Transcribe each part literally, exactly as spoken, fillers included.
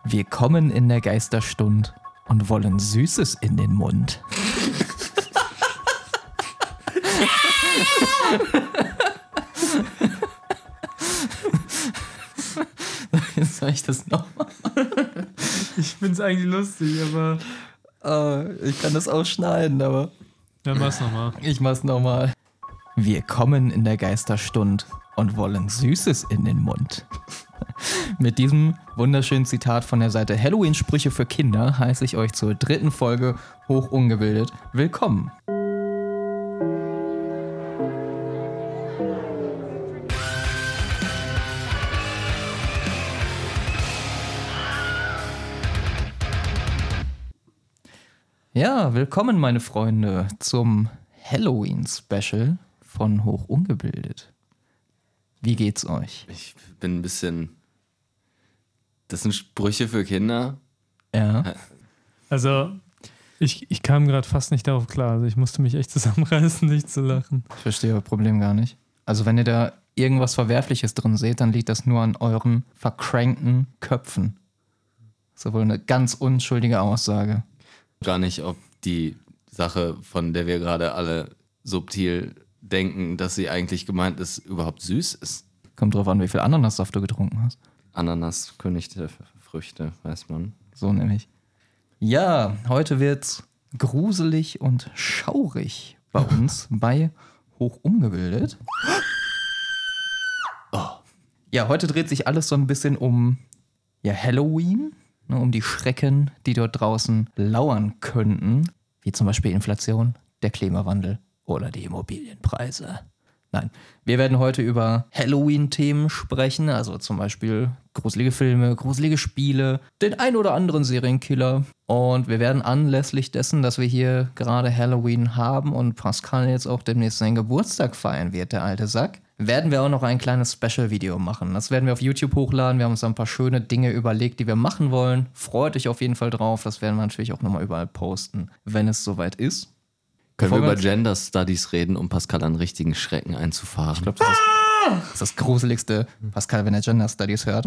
Wir kommen in der Geisterstund und wollen Süßes in den Mund. Soll ich das nochmal? Ich find's eigentlich lustig, aber... Uh, ich kann das auch schneiden, aber... Ja, mach's nochmal. Ich mach's nochmal. Wir kommen in der Geisterstund und wollen Süßes in den Mund. Mit diesem wunderschönen Zitat von der Seite Halloween-Sprüche für Kinder heiße ich euch zur dritten Folge Hochungebildet willkommen. Ja, willkommen meine Freunde zum Halloween-Special von Hochungebildet. Wie geht's euch? Ich bin ein bisschen... Das sind Sprüche für Kinder? Ja. Also, ich, ich kam gerade fast nicht darauf klar. Also ich musste mich echt zusammenreißen, nicht zu lachen. Ich verstehe euer Problem gar nicht. Also wenn ihr da irgendwas Verwerfliches drin seht, dann liegt das nur an euren vercrankten Köpfen. Das ist wohl eine ganz unschuldige Aussage. Gar nicht, ob die Sache, von der wir gerade alle subtil denken, dass sie eigentlich gemeint ist, überhaupt süß ist. Kommt drauf an, wie viel Ananassaft du getrunken hast. Ananas, König der Früchte, weiß man. So nämlich. Ja, heute wird's gruselig und schaurig bei uns bei Hochungebildet. Oh. Ja, heute dreht sich alles so ein bisschen um ja, Halloween. Um die Schrecken, die dort draußen lauern könnten, wie zum Beispiel Inflation, der Klimawandel oder die Immobilienpreise. Nein, wir werden heute über Halloween-Themen sprechen, also zum Beispiel gruselige Filme, gruselige Spiele, den ein oder anderen Serienkiller. Und wir werden anlässlich dessen, dass wir hier gerade Halloween haben und Pascal jetzt auch demnächst seinen Geburtstag feiern wird, der alte Sack, werden wir auch noch ein kleines Special-Video machen. Das werden wir auf YouTube hochladen. Wir haben uns ein paar schöne Dinge überlegt, die wir machen wollen. Freut euch auf jeden Fall drauf. Das werden wir natürlich auch nochmal überall posten, wenn es soweit ist. Können wir über Gender Studies reden, um Pascal an richtigen Schrecken einzufahren? Ich glaube, das, ah! das ist das Gruseligste, Pascal, wenn er Gender Studies hört.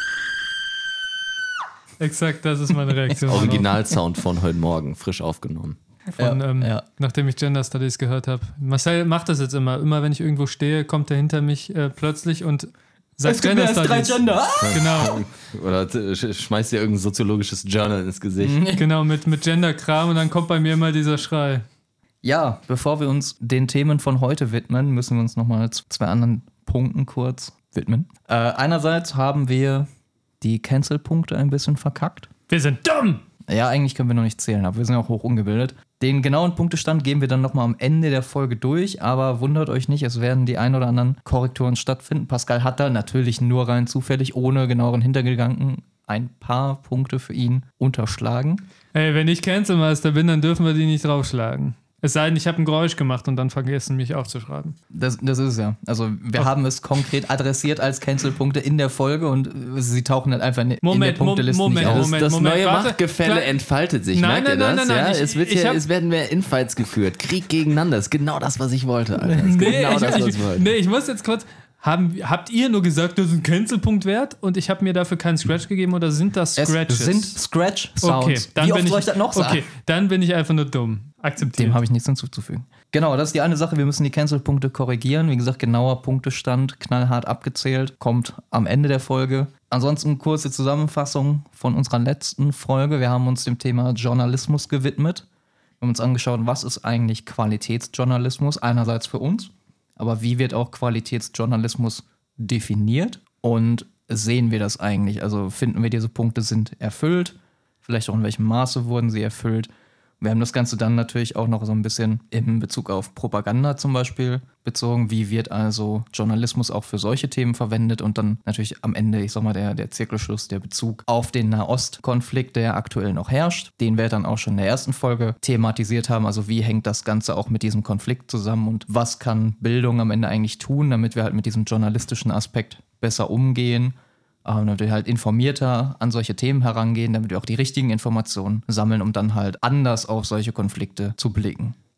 Exakt, das ist meine Reaktion. Originalsound von heute Morgen, frisch aufgenommen. Von, ja, ähm, ja. Nachdem ich Gender Studies gehört habe. Marcel macht das jetzt immer. Immer wenn ich irgendwo stehe, kommt er hinter mich äh, plötzlich und sagt es gibt Gender mehr als drei Studies. Gender. Genau. Oder sch- schmeißt dir irgendein soziologisches Journal ins Gesicht. Genau, mit, mit Gender-Kram und dann kommt bei mir immer dieser Schrei. Ja, bevor wir uns den Themen von heute widmen, müssen wir uns nochmal zu zwei anderen Punkten kurz widmen. Äh, einerseits haben wir die Cancel-Punkte ein bisschen verkackt. Wir sind dumm! Ja, eigentlich können wir noch nicht zählen, aber wir sind auch hoch ungebildet. Den genauen Punktestand geben wir dann nochmal am Ende der Folge durch, aber wundert euch nicht, es werden die ein oder anderen Korrekturen stattfinden. Pascal hat da natürlich nur rein zufällig, ohne genaueren Hintergedanken, ein paar Punkte für ihn unterschlagen. Ey, wenn ich Cancel-Meister bin, dann dürfen wir die nicht draufschlagen. Es sei denn, ich habe ein Geräusch gemacht und dann vergessen, mich aufzuschreiben. Das, das ist es ja. Also wir Ach. haben es konkret adressiert als Cancel-Punkte in der Folge und sie tauchen halt einfach in Moment, der Punkteliste Moment, nicht auf. Moment, das Moment, neue warte. Machtgefälle Klar. entfaltet sich, Nein, merkt ihr nein, das? nein, nein, ja? nein, ich- es, wird ich hier, hab- es werden mehr Infights geführt. Krieg gegeneinander. Das ist genau das, was ich wollte, Alter. Das ist Nee, genau ich, das, was ich, ich wollte. nee, ich muss jetzt kurz... Haben, habt ihr nur gesagt, das ist ein Cancel-Punkt wert und ich habe mir dafür keinen Scratch gegeben oder sind das Es Scratches? sind Scratch-Sounds. Okay, dann Wie bin oft ich, soll ich das noch sagen? Okay, dann bin ich einfach nur dumm. Akzeptiert. Dem habe ich nichts hinzuzufügen. Genau, das ist die eine Sache. Wir müssen die Cancel-Punkte korrigieren. Wie gesagt, genauer Punktestand, knallhart abgezählt, kommt am Ende der Folge. Ansonsten kurze Zusammenfassung von unserer letzten Folge. Wir haben uns dem Thema Journalismus gewidmet. Wir haben uns angeschaut, was ist eigentlich Qualitätsjournalismus? Einerseits für uns, aber wie wird auch Qualitätsjournalismus definiert? Und sehen wir das eigentlich? Also finden wir, diese Punkte sind erfüllt? Vielleicht auch in welchem Maße wurden sie erfüllt? Wir haben das Ganze dann natürlich auch noch so ein bisschen in Bezug auf Propaganda zum Beispiel bezogen. Wie wird also Journalismus auch für solche Themen verwendet? Und dann natürlich am Ende, ich sag mal, der, der Zirkelschluss, der Bezug auf den Nahostkonflikt, der aktuell noch herrscht, den wir dann auch schon in der ersten Folge thematisiert haben. Also wie hängt das Ganze auch mit diesem Konflikt zusammen und was kann Bildung am Ende eigentlich tun, damit wir halt mit diesem journalistischen Aspekt besser umgehen? Ähm, damit wir halt informierter an solche Themen herangehen, damit wir auch die richtigen Informationen sammeln, um dann halt anders auf solche Konflikte zu blicken.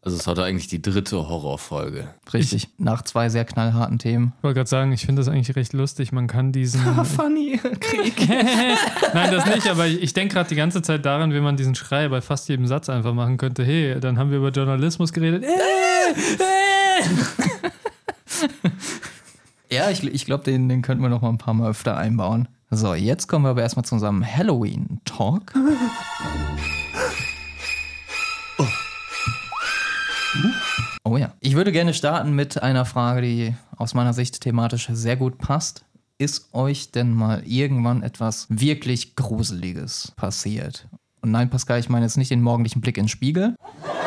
Also es war doch eigentlich die dritte Horrorfolge. Richtig. Nach zwei sehr knallharten Themen. Ich wollte gerade sagen, ich finde das eigentlich recht lustig. Man kann diesen... Funny. Krieg. Nein, das nicht, aber ich denke gerade die ganze Zeit daran, wie man diesen Schrei bei fast jedem Satz einfach machen könnte. Hey, dann haben wir über Journalismus geredet. Ja, ich, ich glaube, den, den könnten wir noch mal ein paar Mal öfter einbauen. So, jetzt kommen wir aber erstmal zu unserem Halloween-Talk. Oh. Oh ja. Ich würde gerne starten mit einer Frage, die aus meiner Sicht thematisch sehr gut passt. Ist euch denn mal irgendwann etwas wirklich Gruseliges passiert? Und nein, Pascal, ich meine jetzt nicht den morgendlichen Blick in den Spiegel.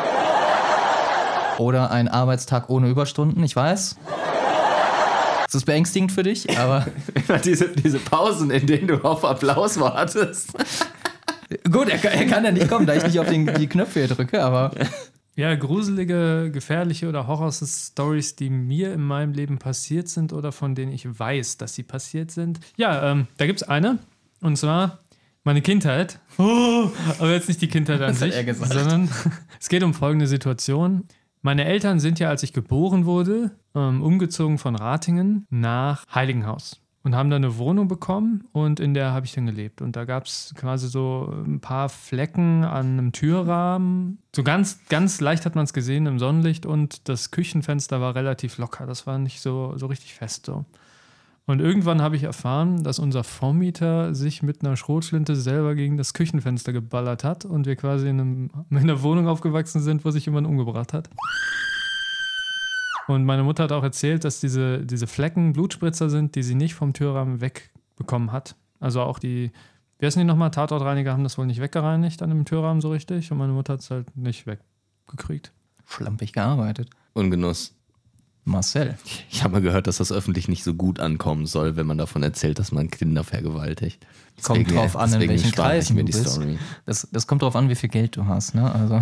Oder ein Arbeitstag ohne Überstunden, ich weiß. Das ist beängstigend für dich, aber... diese, diese Pausen, in denen du auf Applaus wartest. Gut, er, er kann ja nicht kommen, da ich nicht auf den, die Knöpfe hier drücke, aber... Ja, gruselige, gefährliche oder Horror-Stories, die mir in meinem Leben passiert sind oder von denen ich weiß, dass sie passiert sind. Ja, ähm, da gibt es eine, und zwar meine Kindheit. Oh, aber jetzt nicht die Kindheit an Das hat sich, er gesagt. sondern es geht um folgende Situation. Meine Eltern sind ja, als ich geboren wurde, ähm, umgezogen von Ratingen nach Heiligenhaus. Und haben da eine Wohnung bekommen und in der habe ich dann gelebt. Und da gab es quasi so ein paar Flecken an einem Türrahmen. So ganz, ganz leicht hat man es gesehen im Sonnenlicht und das Küchenfenster war relativ locker. Das war nicht so, so richtig fest so. Und irgendwann habe ich erfahren, dass unser Vormieter sich mit einer Schrotflinte selber gegen das Küchenfenster geballert hat und wir quasi in, einem, in einer Wohnung aufgewachsen sind, wo sich jemand umgebracht hat. Und meine Mutter hat auch erzählt, dass diese, diese Flecken Blutspritzer sind, die sie nicht vom Türrahmen wegbekommen hat. Also auch die, wie heißen die nochmal, Tatortreiniger haben das wohl nicht weggereinigt an dem Türrahmen so richtig und meine Mutter hat es halt nicht weggekriegt. Schlampig gearbeitet. Ungenuss. Marcel. Ich habe mal gehört, dass das öffentlich nicht so gut ankommen soll, wenn man davon erzählt, dass man Kinder vergewaltigt. Kommt Deswegen, drauf an, in deswegen welchen spare ich Kreisen mir du die bist. Story. Das, das kommt drauf an, wie viel Geld du hast, ne? Also...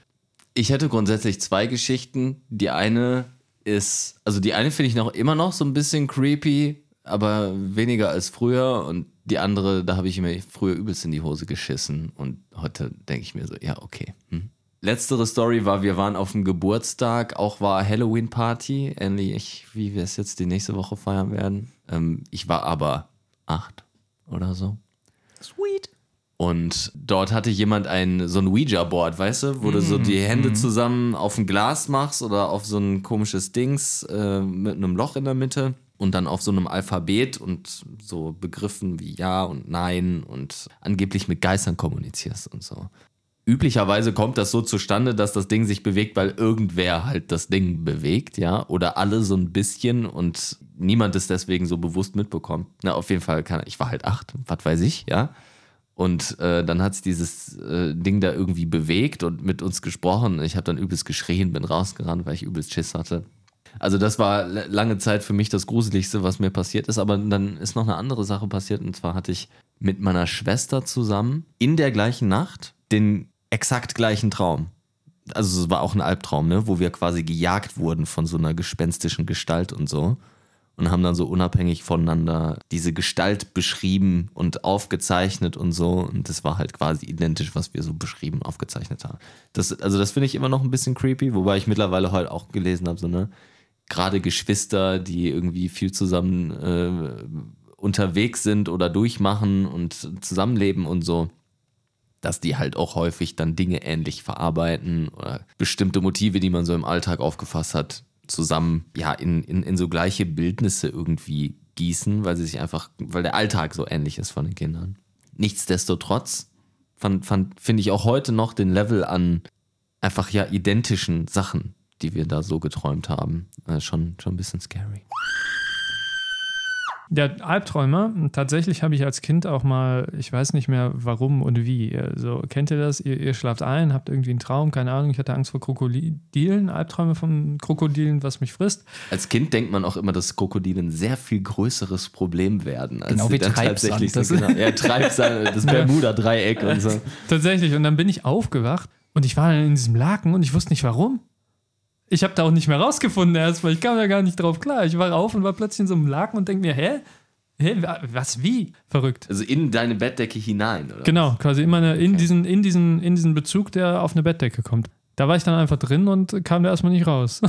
Ich hätte grundsätzlich zwei Geschichten. Die eine ist, also die eine finde ich noch immer noch so ein bisschen creepy, aber weniger als früher. Und die andere, da habe ich mir früher übelst in die Hose geschissen. Und heute denke ich mir so, ja, okay. Hm. Letztere Story war, wir waren auf dem Geburtstag, auch war Halloween-Party, ähnlich wie wir es jetzt die nächste Woche feiern werden. Ähm, ich war aber acht oder so. Sweet. Und dort hatte jemand ein, so ein Ouija-Board, weißt du, wo mm, du so die Hände mm. zusammen auf ein Glas machst oder auf so ein komisches Dings äh, mit einem Loch in der Mitte und dann auf so einem Alphabet und so Begriffen wie Ja und Nein und angeblich mit Geistern kommunizierst und so. Üblicherweise kommt das so zustande, dass das Ding sich bewegt, weil irgendwer halt das Ding bewegt, ja, oder alle so ein bisschen und niemand es deswegen so bewusst mitbekommt. Na, auf jeden Fall, kann, ich war halt acht, was weiß ich, ja. Und äh, dann hat es dieses äh, Ding da irgendwie bewegt und mit uns gesprochen. Ich habe dann übelst geschrien, bin rausgerannt, weil ich übelst Schiss hatte. Also das war l- lange Zeit für mich das Gruseligste, was mir passiert ist. Aber dann ist noch eine andere Sache passiert. Und zwar hatte ich mit meiner Schwester zusammen in der gleichen Nacht den exakt gleichen Traum. Also es war auch ein Albtraum, ne? Wo wir quasi gejagt wurden von so einer gespenstischen Gestalt und so. Und haben dann so unabhängig voneinander diese Gestalt beschrieben und aufgezeichnet und so. Und das war halt quasi identisch, was wir so beschrieben, aufgezeichnet haben. Das, also das finde ich immer noch ein bisschen creepy, wobei ich mittlerweile halt auch gelesen habe, so ne, gerade Geschwister, die irgendwie viel zusammen äh, unterwegs sind oder durchmachen und zusammenleben und so, dass die halt auch häufig dann Dinge ähnlich verarbeiten oder bestimmte Motive, die man so im Alltag aufgefasst hat, zusammen ja in, in, in so gleiche Bildnisse irgendwie gießen, weil sie sich einfach, weil der Alltag so ähnlich ist von den Kindern. Nichtsdestotrotz fand, fand, finde ich auch heute noch den Level an einfach ja identischen Sachen, die wir da so geträumt haben, äh, schon, schon ein bisschen scary. Ja, Albträume. Tatsächlich habe ich als Kind auch mal, ich weiß nicht mehr warum und wie. Also, kennt ihr das? Ihr, ihr schlaft ein, habt irgendwie einen Traum, keine Ahnung, ich hatte Angst vor Krokodilen, Albträume von Krokodilen, was mich frisst. Als Kind denkt man auch immer, dass Krokodile ein sehr viel größeres Problem werden. Als genau sie wie dann Treibsand. tatsächlich so, genau, ja, Treibsand, das Bermuda-Dreieck und so. Tatsächlich. Und dann bin ich aufgewacht und ich war in diesem Laken und ich wusste nicht warum. Ich habe da auch nicht mehr rausgefunden erst, weil ich kam ja gar nicht drauf klar. Ich war auf und war plötzlich in so einem Laken und denke mir, hä? Hä? Was, wie? Verrückt. Also in deine Bettdecke hinein, oder? Genau, quasi immer eine, in, diesen, in, diesen, in diesen Bezug, der auf eine Bettdecke kommt. Da war ich dann einfach drin und kam da erstmal nicht raus.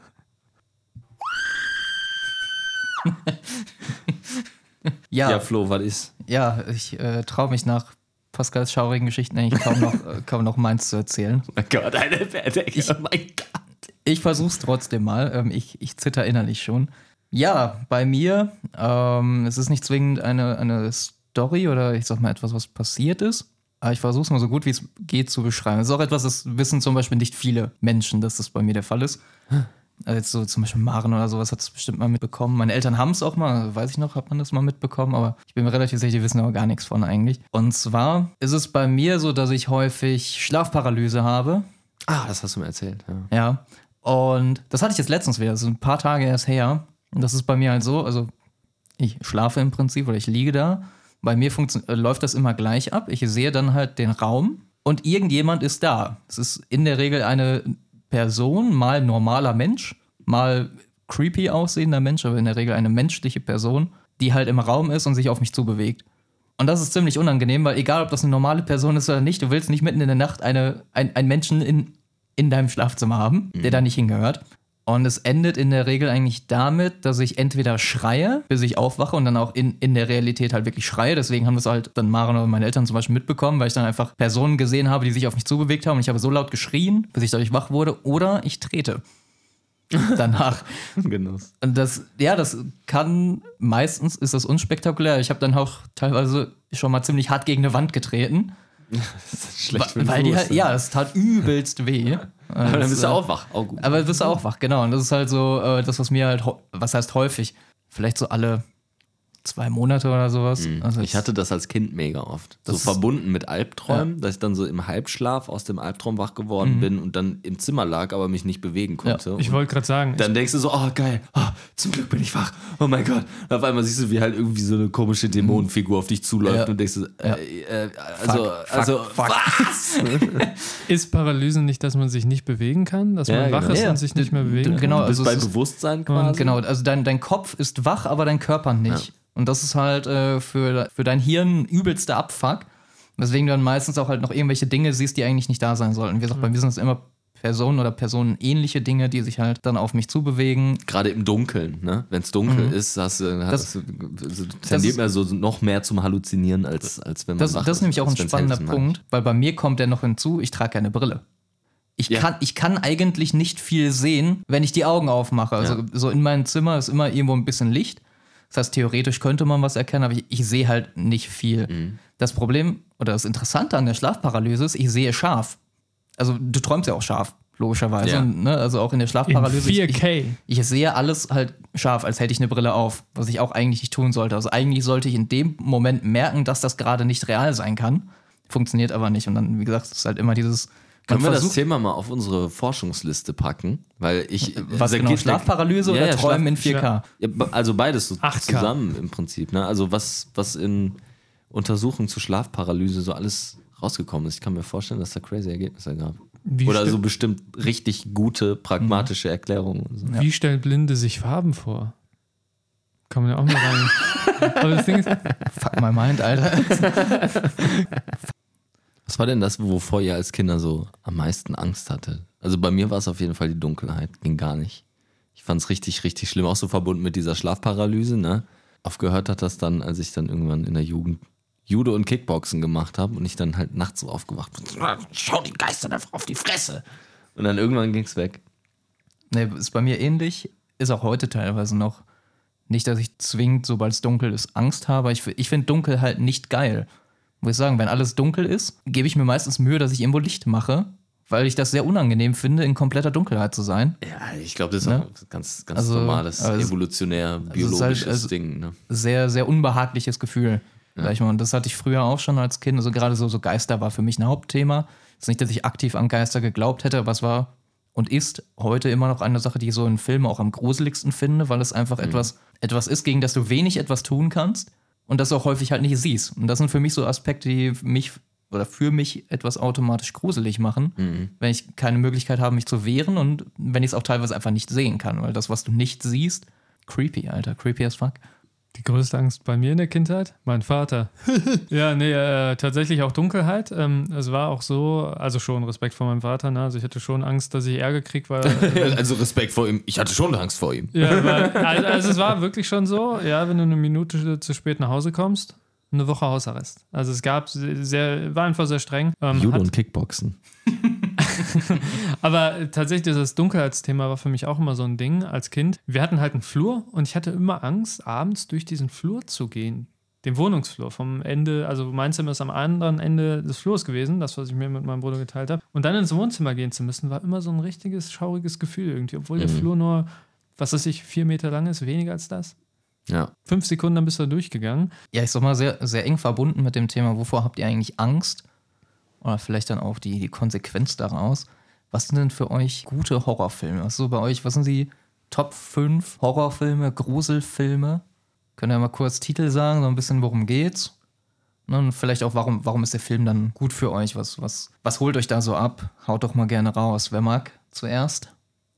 Ja, Ja, Flo, was ist? ja, ich äh, traue mich nach Pascals schaurigen Geschichten eigentlich kaum noch, äh, kaum noch meins zu erzählen. Oh mein Gott, eine Bettdecke. Ich- Oh mein Gott. Ich versuch's trotzdem mal. Ähm, ich, ich zitter innerlich schon. Ja, bei mir, ähm, es ist nicht zwingend eine, eine Story oder ich sag mal etwas, was passiert ist. Aber ich versuche es mal so gut wie es geht zu beschreiben. Es ist auch etwas, das wissen zum Beispiel nicht viele Menschen, dass das bei mir der Fall ist. Also jetzt so zum Beispiel Maren oder sowas hat es bestimmt mal mitbekommen. Meine Eltern haben es auch mal, weiß ich noch, hat man das mal mitbekommen, aber ich bin mir relativ sicher, die wissen aber gar nichts von eigentlich. Und zwar ist es bei mir so, dass ich häufig Schlafparalyse habe. Ah, das hast du mir erzählt. Ja. Ja. Und das hatte ich jetzt letztens wieder, das ist ein paar Tage erst her. Und das ist bei mir halt so, also ich schlafe im Prinzip oder ich liege da. Bei mir funktio- äh, läuft das immer gleich ab. Ich sehe dann halt den Raum und irgendjemand ist da. Es ist in der Regel eine Person, mal normaler Mensch, mal creepy aussehender Mensch, aber in der Regel eine menschliche Person, die halt im Raum ist und sich auf mich zubewegt. Und das ist ziemlich unangenehm, weil egal, ob das eine normale Person ist oder nicht, du willst nicht mitten in der Nacht eine, ein, einen Menschen in, in deinem Schlafzimmer haben, der da nicht hingehört. Und es endet in der Regel eigentlich damit, dass ich entweder schreie, bis ich aufwache und dann auch in, in der Realität halt wirklich schreie. Deswegen haben das halt dann Maren oder meine Eltern zum Beispiel mitbekommen, weil ich dann einfach Personen gesehen habe, die sich auf mich zubewegt haben und ich habe so laut geschrien, bis ich dadurch wach wurde. Oder ich trete danach. Genuss. Und das, ja, das kann, meistens ist das unspektakulär. Ich habe dann auch teilweise schon mal ziemlich hart gegen eine Wand getreten. Das ist schlecht für den Weil die Fuß, halt, ne? ja, es tat übelst weh. Aber dann Das, bist du äh, auch wach. Auch gut. Aber du bist du auch wach, genau. Und das ist halt so, äh, das, was mir halt, ho- was heißt häufig? Vielleicht so alle zwei Monate oder sowas. Also Ich hatte das als Kind mega oft. So Das- verbunden mit Albträumen, dass ich dann so im Halbschlaf aus dem Albtraum wach geworden bin und dann im Zimmer lag, aber mich nicht bewegen konnte. Ich Und wollte gerade sagen, dann denkst du so, oh geil, oh, zum Glück bin ich wach. Oh mein Gott. Und auf einmal siehst du, wie halt irgendwie so eine komische Dämonenfigur auf dich zuläuft Ja. und denkst so, äh, äh, also, Fuck, also, fuck, was? ich, ist Paralyse nicht, dass man sich nicht bewegen kann? Dass man Ja, wach genau. ist Ja, und sich nicht mehr d- bewegen d- kann? genau. Du bist also bei es ist- Bewusstsein quasi. Genau, also dein, dein Kopf ist wach, aber dein Körper nicht. Und das ist halt äh, für, für dein Hirn übelster Abfuck. Weswegen du dann meistens auch halt noch irgendwelche Dinge siehst, die eigentlich nicht da sein sollten. Wie gesagt, bei mir sind es immer Personen oder personenähnliche Dinge, die sich halt dann auf mich zubewegen. Gerade im Dunkeln, ne? Wenn es dunkel ist, hast du, hast Das- du so, das tendiert ist- man so noch mehr zum Halluzinieren, als, als wenn man Das, wach das ist nämlich auch ein als wenn's spannender hell ist, meine Punkt, weil bei mir kommt der noch hinzu, ich trage keine Brille. Ich, Ja. kann, ich kann eigentlich nicht viel sehen, wenn ich die Augen aufmache. Also Ja. so in meinem Zimmer ist immer irgendwo ein bisschen Licht. Das heißt, theoretisch könnte man was erkennen, aber ich, ich sehe halt nicht viel. Mhm. Das Problem oder das Interessante an der Schlafparalyse ist, ich sehe scharf. Also du träumst ja auch scharf, logischerweise. Ja. Und, ne, also auch in der In Schlafparalyse. vier ich, K. ich, ich sehe alles halt scharf, als hätte ich eine Brille auf, was ich auch eigentlich nicht tun sollte. Also eigentlich sollte ich in dem Moment merken, dass das gerade nicht real sein kann. Funktioniert aber nicht. Und dann, wie gesagt, es ist halt immer dieses. Man Können wir das versucht- Thema mal auf unsere Forschungsliste packen? Weil ich. Was da genau, geht- Schlafparalyse Ja, oder ja, Träumen Schlaf- in vier K? Ja, also beides so acht K. zusammen im Prinzip. Ne? Also was, was in Untersuchungen zu Schlafparalyse so alles rausgekommen ist. Ich kann mir vorstellen, dass da crazy Ergebnisse gab. Wie, Oder ste so bestimmt richtig gute, pragmatische Erklärungen. und So. wie stellen Blinde sich Farben vor? Kann man ja auch mal rein. Aber das Ding ist, Fuck my mind, Alter. Was war denn das, wovor ihr als Kinder so am meisten Angst hattet? Also bei mir war es auf jeden Fall die Dunkelheit. Ging gar nicht. Ich fand es richtig, richtig schlimm. Auch so verbunden mit dieser Schlafparalyse. Ne? Aufgehört hat das dann, als ich dann irgendwann in der Jugend Judo und Kickboxen gemacht habe und ich dann halt nachts so aufgewacht bin. Schau die Geister einfach auf die Fresse. Und dann irgendwann ging es weg. Nee, ist bei mir ähnlich. Ist auch heute teilweise noch. Nicht, dass ich zwingend, sobald es dunkel ist, Angst habe. Ich, ich finde dunkel halt nicht geil. Muss ich sagen, wenn alles dunkel ist, gebe ich mir meistens Mühe, dass ich irgendwo Licht mache, weil ich das sehr unangenehm finde, in kompletter Dunkelheit zu sein. Ja, ich glaube, das ist Ne? auch ein ganz, ganz Also, normales, aber es- evolutionär, ist halt, biologisches also- Ding. Ne? Sehr, sehr unbehagliches Gefühl. Sag ich mal. Und das hatte ich früher auch schon als Kind. Also gerade so, so Geister war für mich ein Hauptthema. Es ist nicht, dass ich aktiv an Geister geglaubt hätte, aber es war und ist heute immer noch eine Sache, die ich so in Filmen auch am gruseligsten finde, weil es einfach etwas, etwas ist, gegen das du wenig etwas tun kannst und das du auch häufig halt nicht siehst. Und das sind für mich so Aspekte, die mich oder für mich etwas automatisch gruselig machen, wenn ich keine Möglichkeit habe, mich zu wehren und wenn ich es auch teilweise einfach nicht sehen kann, weil das, was du nicht siehst, creepy, Alter, creepy as fuck. Die größte Angst bei mir in der Kindheit? Mein Vater. ja, nee, äh, tatsächlich auch Dunkelheit. Ähm, es war auch so, also schon Respekt vor meinem Vater. Ne? Also ich hatte schon Angst, dass ich Ärger kriege, weil... Äh, also Respekt vor ihm. Ich hatte schon Angst vor ihm. ja, weil, also, also es war wirklich schon so, ja, wenn du eine Minute zu spät nach Hause kommst, eine Woche Hausarrest. Also es gab sehr, war einfach sehr streng. Ähm, Judo hat, und Kickboxen. Aber tatsächlich, das Dunkelheitsthema war für mich auch immer so ein Ding als Kind. Wir hatten halt einen Flur und ich hatte immer Angst, abends durch diesen Flur zu gehen. Den Wohnungsflur vom Ende, also mein Zimmer ist am anderen Ende des Flurs gewesen, das, was ich mir mit meinem Bruder geteilt habe. Und dann ins Wohnzimmer gehen zu müssen, war immer so ein richtiges, schauriges Gefühl irgendwie. Obwohl mhm. der Flur nur, was weiß ich, vier Meter lang ist, weniger als das. Ja. Fünf Sekunden, dann bist du durchgegangen. Ja, ich sag mal, sehr, sehr eng verbunden mit dem Thema, wovor habt ihr eigentlich Angst? Oder vielleicht dann auch die, die Konsequenz daraus. Was sind denn für euch gute Horrorfilme? Was ist so bei euch, was sind die Top fünf Horrorfilme, Gruselfilme? Könnt ihr mal kurz Titel sagen, so ein bisschen, worum geht's? Und vielleicht auch, warum, warum ist der Film dann gut für euch? Was, was, was holt euch da so ab? Haut doch mal gerne raus. Wer mag zuerst?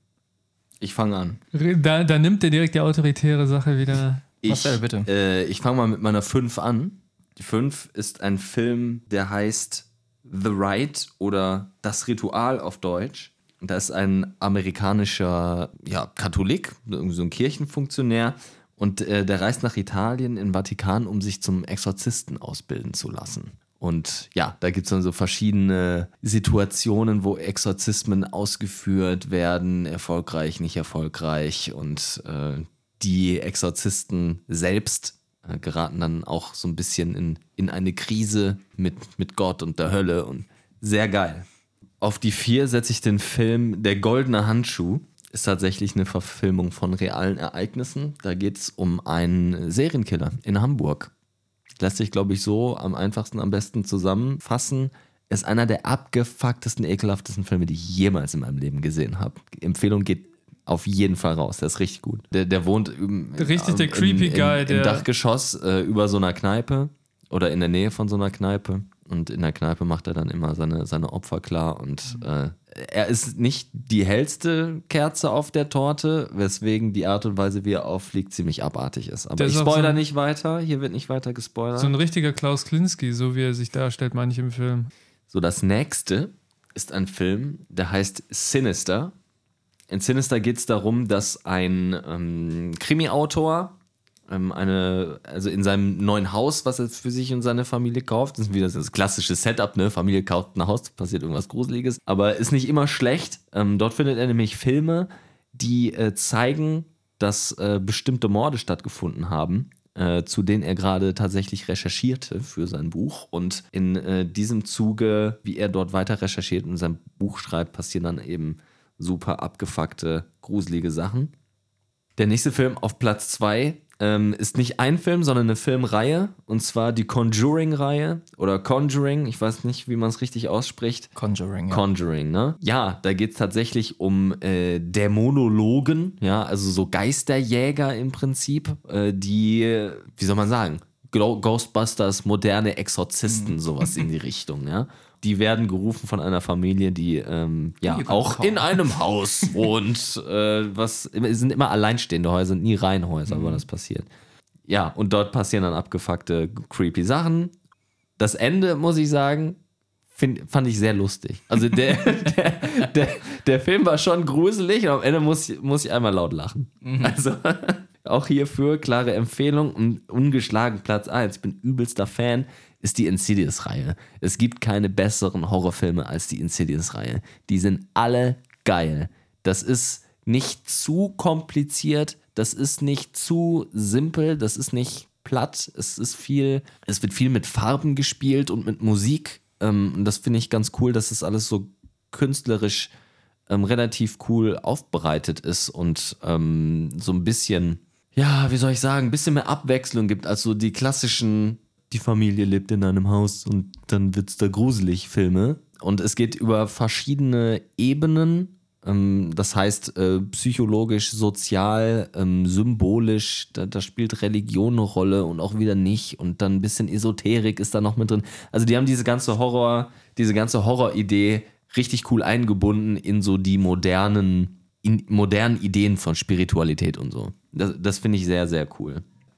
Ich fange an. Da, da nimmt ihr direkt die autoritäre Sache wieder. Ich, Marcel, bitte. Äh, ich fange mal mit meiner fünf an. Die fünf ist ein Film, der heißt The Rite oder Das Ritual auf Deutsch. Und da ist ein amerikanischer ja, Katholik, irgendwie so ein Kirchenfunktionär. Und äh, der reist nach Italien, in den Vatikan, um sich zum Exorzisten ausbilden zu lassen. Und ja, da gibt es dann so verschiedene Situationen, wo Exorzismen ausgeführt werden, erfolgreich, nicht erfolgreich. Und äh, die Exorzisten selbst äh, geraten dann auch so ein bisschen in, in eine Krise mit, mit Gott und der Hölle. Und sehr geil. Auf die vier setze ich den Film Der goldene Handschuh. Ist tatsächlich eine Verfilmung von realen Ereignissen. Da geht es um einen Serienkiller in Hamburg. Lässt sich, glaube ich, so am einfachsten, am besten zusammenfassen. Ist einer der abgefucktesten, ekelhaftesten Filme, die ich jemals in meinem Leben gesehen habe. Empfehlung geht auf jeden Fall raus. Der ist richtig gut. Der, der wohnt im, richtig der im, creepy im, Guy, im, der im Dachgeschoss äh, über so einer Kneipe oder in der Nähe von so einer Kneipe. Und in der Kneipe macht er dann immer seine, seine Opfer klar. Und äh, er ist nicht die hellste Kerze auf der Torte, weswegen die Art und Weise, wie er auffliegt, ziemlich abartig ist. Aber Der ich ist auch spoiler so ein- nicht weiter. Hier wird nicht weiter gespoilert. so ein richtiger Klaus Kinski, so wie er sich darstellt, meine ich im Film. So, das nächste ist ein Film, der heißt Sinister. In Sinister geht es darum, dass ein ähm, Krimi-Autor ähm, eine, also in seinem neuen Haus, was er für sich und seine Familie kauft, das ist wieder das klassische Setup, ne? Familie kauft ein Haus, passiert irgendwas Gruseliges, aber ist nicht immer schlecht. Ähm, dort findet er nämlich Filme, die äh, zeigen, dass äh, bestimmte Morde stattgefunden haben, äh, zu denen er gerade tatsächlich recherchierte für sein Buch. Und in äh, diesem Zuge, wie er dort weiter recherchiert und sein Buch schreibt, passieren dann eben super abgefuckte, gruselige Sachen. Der nächste Film auf Platz zwei ähm, ist nicht ein Film, sondern eine Filmreihe. Und zwar die Conjuring-Reihe oder Conjuring. Ich weiß nicht, wie man es richtig ausspricht. Conjuring, ja. Conjuring, ne? Ja, da geht es tatsächlich um äh, Dämonologen, ja, also so Geisterjäger im Prinzip, äh, die, wie soll man sagen, Ghostbusters, moderne Exorzisten, sowas in die Richtung, ja. Die werden gerufen von einer Familie, die ähm, ja auch in einem Haus wohnt. äh, was sind immer alleinstehende Häuser, sind nie Reihenhäuser, mhm. wo das passiert. Ja, und dort passieren dann abgefuckte, creepy Sachen. Das Ende, muss ich sagen, find, fand ich sehr lustig. Also der, der, der, der Film war schon gruselig und am Ende muss ich, muss ich einmal laut lachen. Mhm. Also auch hierfür klare Empfehlung und ungeschlagen Platz eins. Ich bin übelster Fan. Ist die Insidious-Reihe. Es gibt keine besseren Horrorfilme als die Insidious-Reihe. Die sind alle geil. Das ist nicht zu kompliziert, das ist nicht zu simpel, das ist nicht platt, es ist viel, es wird viel mit Farben gespielt und mit Musik. Ähm, und das finde ich ganz cool, dass das alles so künstlerisch ähm, relativ cool aufbereitet ist und ähm, so ein bisschen, ja, wie soll ich sagen, ein bisschen mehr Abwechslung gibt als so die klassischen die Familie lebt in einem Haus und dann wird's da gruselig Filme. Und es geht über verschiedene Ebenen. Ähm, das heißt, äh, psychologisch, sozial, ähm, symbolisch, da, da spielt Religion eine Rolle und auch wieder nicht. Und dann ein bisschen Esoterik ist da noch mit drin. Also die haben diese ganze Horror, diese ganze Horror-Idee richtig cool eingebunden in so die modernen, in modernen Ideen von Spiritualität und so. Das, das finde ich sehr, sehr cool.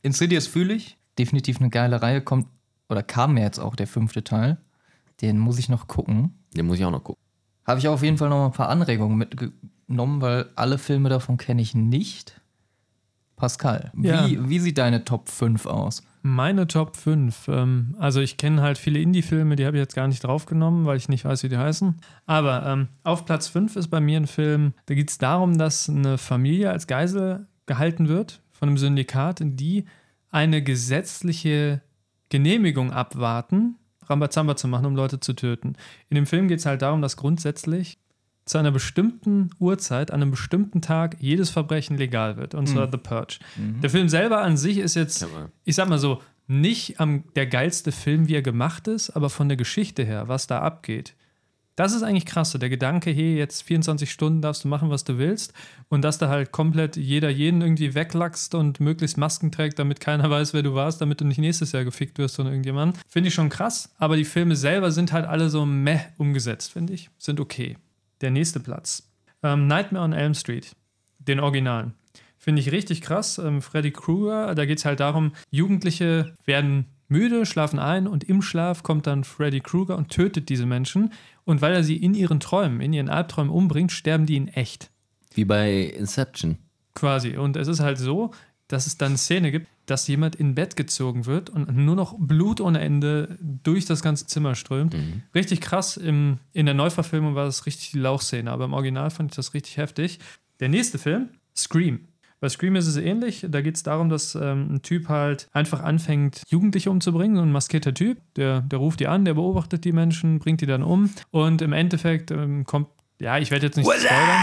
Insidious fühle ich. Definitiv eine geile Reihe. Kommt, oder kam mir jetzt auch der fünfte Teil. Den muss ich noch gucken. Den muss ich auch noch gucken. Habe ich auf jeden Fall noch mal ein paar Anregungen mitgenommen, weil alle Filme davon kenne ich nicht. Pascal, Ja. wie, wie sieht deine Top fünf aus? Meine Top fünf. Ähm, also ich kenne halt viele Indie-Filme, die habe ich jetzt gar nicht draufgenommen, weil ich nicht weiß, wie die heißen. Aber ähm, auf Platz fünf ist bei mir ein Film, da geht es darum, dass eine Familie als Geisel gehalten wird von einem Syndikat, in die eine gesetzliche Genehmigung abwarten, Rambazamba zu machen, um Leute zu töten. In dem Film geht es halt darum, dass grundsätzlich zu einer bestimmten Uhrzeit, an einem bestimmten Tag jedes Verbrechen legal wird. Und zwar Mhm. The Purge. Mhm. Der Film selber an sich ist jetzt, Ja, ich sag mal so, nicht am, der geilste Film, wie er gemacht ist, aber von der Geschichte her, was da abgeht. Das ist eigentlich krass. So der Gedanke, hey, jetzt vierundzwanzig Stunden darfst du machen, was du willst. Und dass da halt komplett jeder jeden irgendwie weglackst und möglichst Masken trägt, damit keiner weiß, wer du warst, damit du nicht nächstes Jahr gefickt wirst von irgendjemandem. Finde ich schon krass. Aber die Filme selber sind halt alle so meh umgesetzt, finde ich. Sind okay. Der nächste Platz. Ähm, Nightmare on Elm Street. Den Originalen. Finde ich richtig krass. Ähm, Freddy Krueger, da geht es halt darum, Jugendliche werden müde, schlafen ein und im Schlaf kommt dann Freddy Krueger und tötet diese Menschen. Und weil er sie in ihren Träumen, in ihren Albträumen umbringt, sterben die in echt. Wie bei Inception. Quasi. Und es ist halt so, dass es dann eine Szene gibt, dass jemand in Bett gezogen wird und nur noch Blut ohne Ende durch das ganze Zimmer strömt. Mhm. Richtig krass. Im, in der Neuverfilmung war das richtig die Lauchszene, aber im Original fand ich das richtig heftig. Der nächste Film, Scream. Bei Scream ist es ähnlich. Da geht es darum, dass ähm, ein Typ halt einfach anfängt, Jugendliche umzubringen. So ein maskierter Typ, der, der ruft die an, der beobachtet die Menschen, bringt die dann um. Und im Endeffekt ähm, kommt, ja, ich werde jetzt nicht spoilern.